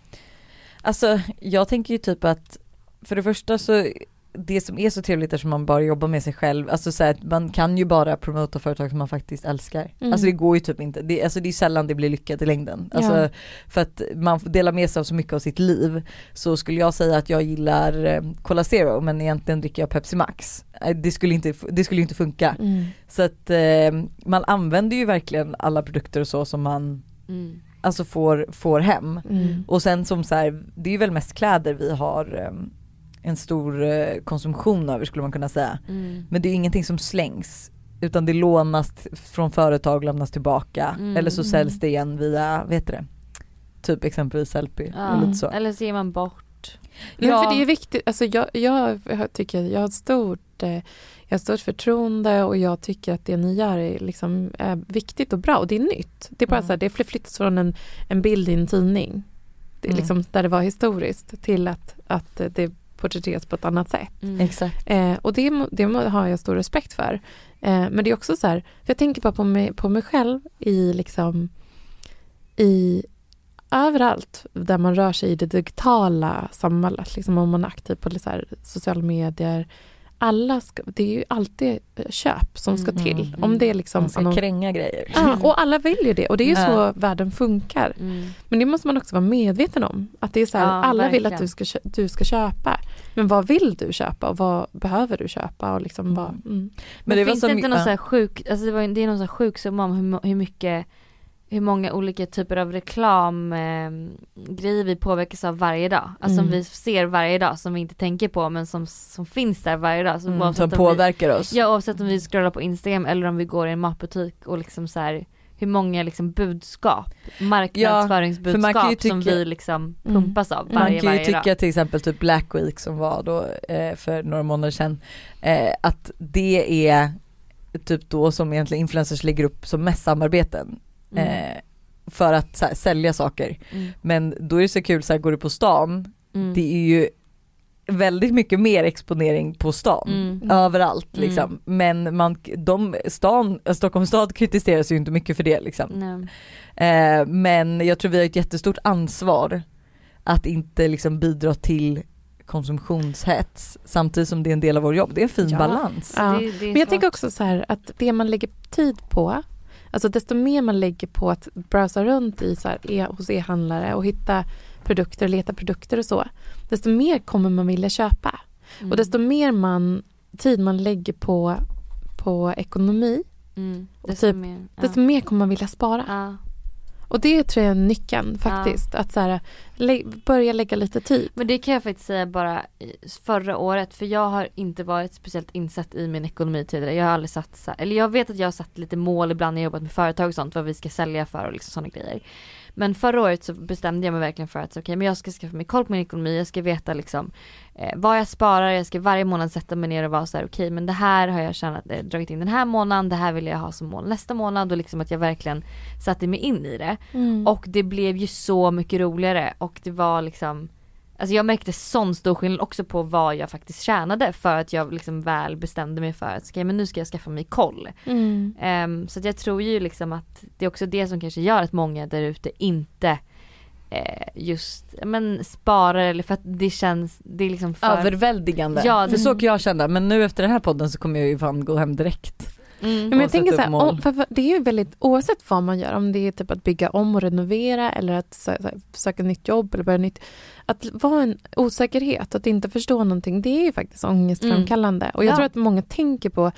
Alltså jag tänker ju typ att för det första så det som är så trevligt är att man bara jobbar med sig själv, alltså så här, att man kan ju bara promota företag som man faktiskt älskar. Mm. Alltså det går ju typ inte, det, alltså det är sällan det blir lyckat i längden. Alltså, Ja. för att man får dela med sig av så mycket av sitt liv, så skulle jag säga att jag gillar eh, Cola Zero men egentligen dricker jag Pepsi Max. Eh, Det skulle inte, det skulle inte funka. Mm. Så att eh, man använder ju verkligen alla produkter och så som man Mm. alltså får, får hem. Mm. Och sen som så här, det är ju väl mest kläder vi har eh, en stor eh, konsumtion över skulle man kunna säga. Mm. Men det är ingenting som slängs utan det lånas t- från företag, lämnas tillbaka Mm. eller så säljs det igen via, vet du det? Typ exempelvis Sellpy Ja. och lite så. Eller så ger man bort. Ja. Ja. För det är viktigt, alltså jag, jag, jag tycker jag har ett stort, eh, jag har ett stort förtroende och jag tycker att det ni gör är, liksom, är viktigt och bra och det är nytt. Det är bara Mm. så här, det har flyttats från en, en bild i en tidning det är Mm. liksom, där det var historiskt till att, att det porträtteras på ett annat sätt. Mm. Exakt. Eh, och det, må- det må- har jag stor respekt för. Eh, men det är också så här, för jag tänker bara på mig, på mig själv i liksom i överallt där man rör sig i det digitala samhället, liksom om man är aktiv på så här, sociala medier, alla ska, det är ju alltid köp som ska Mm, till. mm, Om det är liksom Man ska annon- kränga grejer. Ja, och alla vill ju det och det är ju så Ja. världen funkar. Mm. Men det måste man också vara medveten om. Att det är så här, Ja, alla vill verkligen. att du ska, kö- du ska köpa. Men vad vill du köpa och vad behöver du köpa? Och liksom Mm. vad, mm. Men Men det var finns som- det inte någon ja. så här sjuk, alltså det, var, det är någon så här sjuk summa om hur, mo- hur mycket, hur många olika typer av reklam eh, grejer vi påverkas av varje dag. Alltså Mm. som vi ser varje dag som vi inte tänker på men som, som finns där varje dag. Så Mm, oavsett som om vi, påverkar oss. ja, oavsett om vi scrollar på Instagram eller om vi går i en matbutik och liksom så här, hur många liksom budskap, marknadsföringsbudskap för man kan ju som tycka- vi liksom Mm. pumpas av Man varje, kan ju varje tycka dag. till exempel typ Black Week som var då eh, för några månader sedan, eh, att det är typ då som egentligen influencers lägger upp som mest samarbeten Mm. eh, för att så här, sälja saker. Mm. Men då är det så kul, så här, går du på stan, Mm. det är ju väldigt mycket mer exponering på stan. Mm. Överallt Mm. liksom. Men man, de, stan, Stockholms stad kritiseras ju inte mycket för det liksom. Nej. Eh, men jag tror vi har ett jättestort ansvar att inte liksom bidra till konsumtionshets samtidigt som det är en del av vår jobb. Det är en fin Ja. balans. Ja. Det- det är Men jag svårt. tänker också så här att det man lägger tid på, Alltså desto mer man lägger på att browsa runt i så här, e- hos e-handlare och hitta produkter, leta produkter och så, desto mer kommer man vilja köpa. Mm. Och desto mer man, tid man lägger på, på ekonomi, mm. och desto, typ, mer, ja. desto mer kommer man vilja spara. Ja. Och det tror jag är nyckeln faktiskt. Ja. Att så här, lä- börja lägga lite tid. Men det kan jag faktiskt säga bara förra året. För jag har inte varit speciellt insatt i min ekonomi tidigare. Jag har aldrig satt så här, eller jag vet att jag har satt lite mål ibland när jag jobbat med företag och sånt. Vad vi ska sälja för och liksom sådana grejer. Men förra året så bestämde jag mig verkligen för att okay, men jag ska skaffa mig koll på min ekonomi. Jag ska veta liksom eh, vad jag sparar. Jag ska varje månad sätta mig ner och vara så här okej, okay, men det här har jag tjänat, eh, dragit in den här månaden. Det här vill jag ha som mål nästa månad. Och liksom att jag verkligen satte mig in i det. Mm. Och det blev ju så mycket roligare. Och det var liksom, alltså jag märkte sån stor skillnad också på vad jag faktiskt tjänade. För att jag liksom väl bestämde mig för att okay, men nu ska jag skaffa mig koll. Mm. Um, så att jag tror ju liksom att det är också det som kanske gör att många där ute inte eh, just men sparar, eller för att det känns, det är liksom för överväldigande. Ja, för så kan jag känna, men nu efter den här podden så kommer jag ju fan gå hem direkt. Mm. Men jag tänker så här, om, för, för det är ju väldigt, oavsett vad man gör, om det är typ att bygga om och renovera eller att så, så, söka nytt jobb eller börja nytt, att vara en osäkerhet, att inte förstå någonting, det är ju faktiskt ångestframkallande. Mm. Och jag ja. tror att många tänker på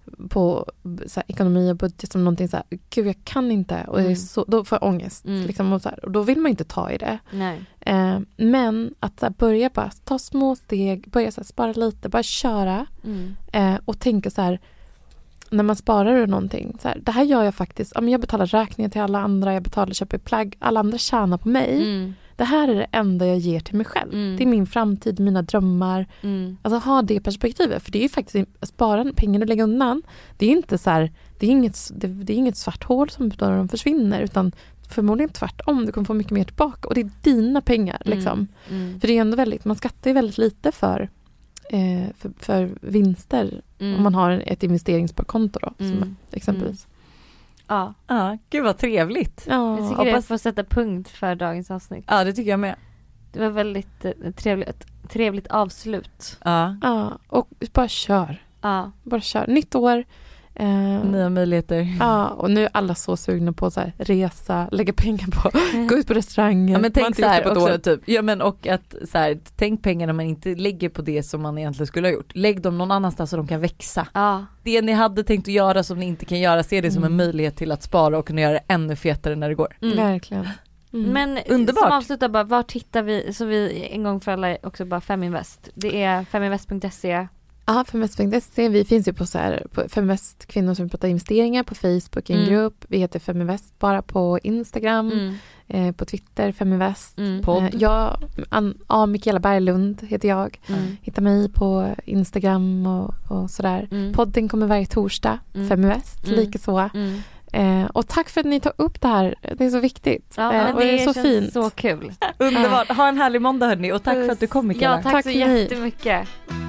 på så här, ekonomi och budget som någonting så här, gud jag kan inte, och mm. så, då får jag ångest mm. liksom, och, så här, och då vill man inte ta i det. Nej. Eh, men att så här, börja bara ta små steg, börja så här, spara lite, bara köra mm. eh, och tänka så här, när man sparar ur någonting, så här, det här gör jag faktiskt, ja, men jag betalar räkningar till alla andra, jag betalar, köper plagg, alla andra tjänar på mig. Mm. Det här är det enda jag ger till mig själv. Mm. Det är min framtid, mina drömmar. Mm. Alltså ha det perspektivet, för det är ju faktiskt spara pengar och lägga undan. Det är inte så här, det är inget, det, det är inget svart hål som när de försvinner, utan förmodligen tvärtom, du kommer få mycket mer tillbaka, och det är dina pengar mm. liksom. Mm. För det är ändå väldigt, man skattar ju väldigt lite för eh, för, för vinster Mm. om man har ett investeringssparkonto då, Mm. som exempelvis. Mm. Ja. Ja, gud vad trevligt. Ja, Jag tycker hoppas... det får sätta punkt för dagens avsnitt. Ja, det tycker jag med. Det var väldigt eh, trevligt, trevligt avslut. Ja. ja, och bara kör. Ja. Bara kör. Nytt år. Eh, Nya möjligheter. Ja, och nu är alla så sugna på så här, resa, lägga pengar på, gå ut på restauranger. Ja, men tänk så här på också, typ, ja, men och att så här, tänk pengarna man inte lägger på det som man egentligen skulle ha gjort. Lägg dem någon annanstans så de kan växa. Ja. Det ni hade tänkt att göra som ni inte kan göra, se det som Mm. en möjlighet till att spara och kunna göra det ännu fetare när det går. Mm. Verkligen. Mm. Men Underbart. som avslutar bara, var tittar vi, så vi en gång för alla också bara Feminvest. Det är feminvest punkt se. Ja, feminvest punkt se. Vi finns ju på, så här, på Feminvest kvinnor som pratar investeringar på Facebook, i en Mm. grupp. Vi heter Feminvest bara på Instagram, Mm. eh, på Twitter, Feminvest. Mm. Podd. Eh, jag, An- ja, Mikaela Berglund heter jag. Mm. Hitta mig på Instagram och, och sådär. Mm. Podden kommer varje torsdag, Mm. Feminvest, Mm. likaså. Mm. Eh, och tack för att ni tar upp det här. Det är så viktigt. Ja, eh, men och det är så känns fint. så kul. Underbart, ha en härlig måndag hörni, och tack för att du kom Mikaela. Ja, tack, Tack så för ni. jättemycket.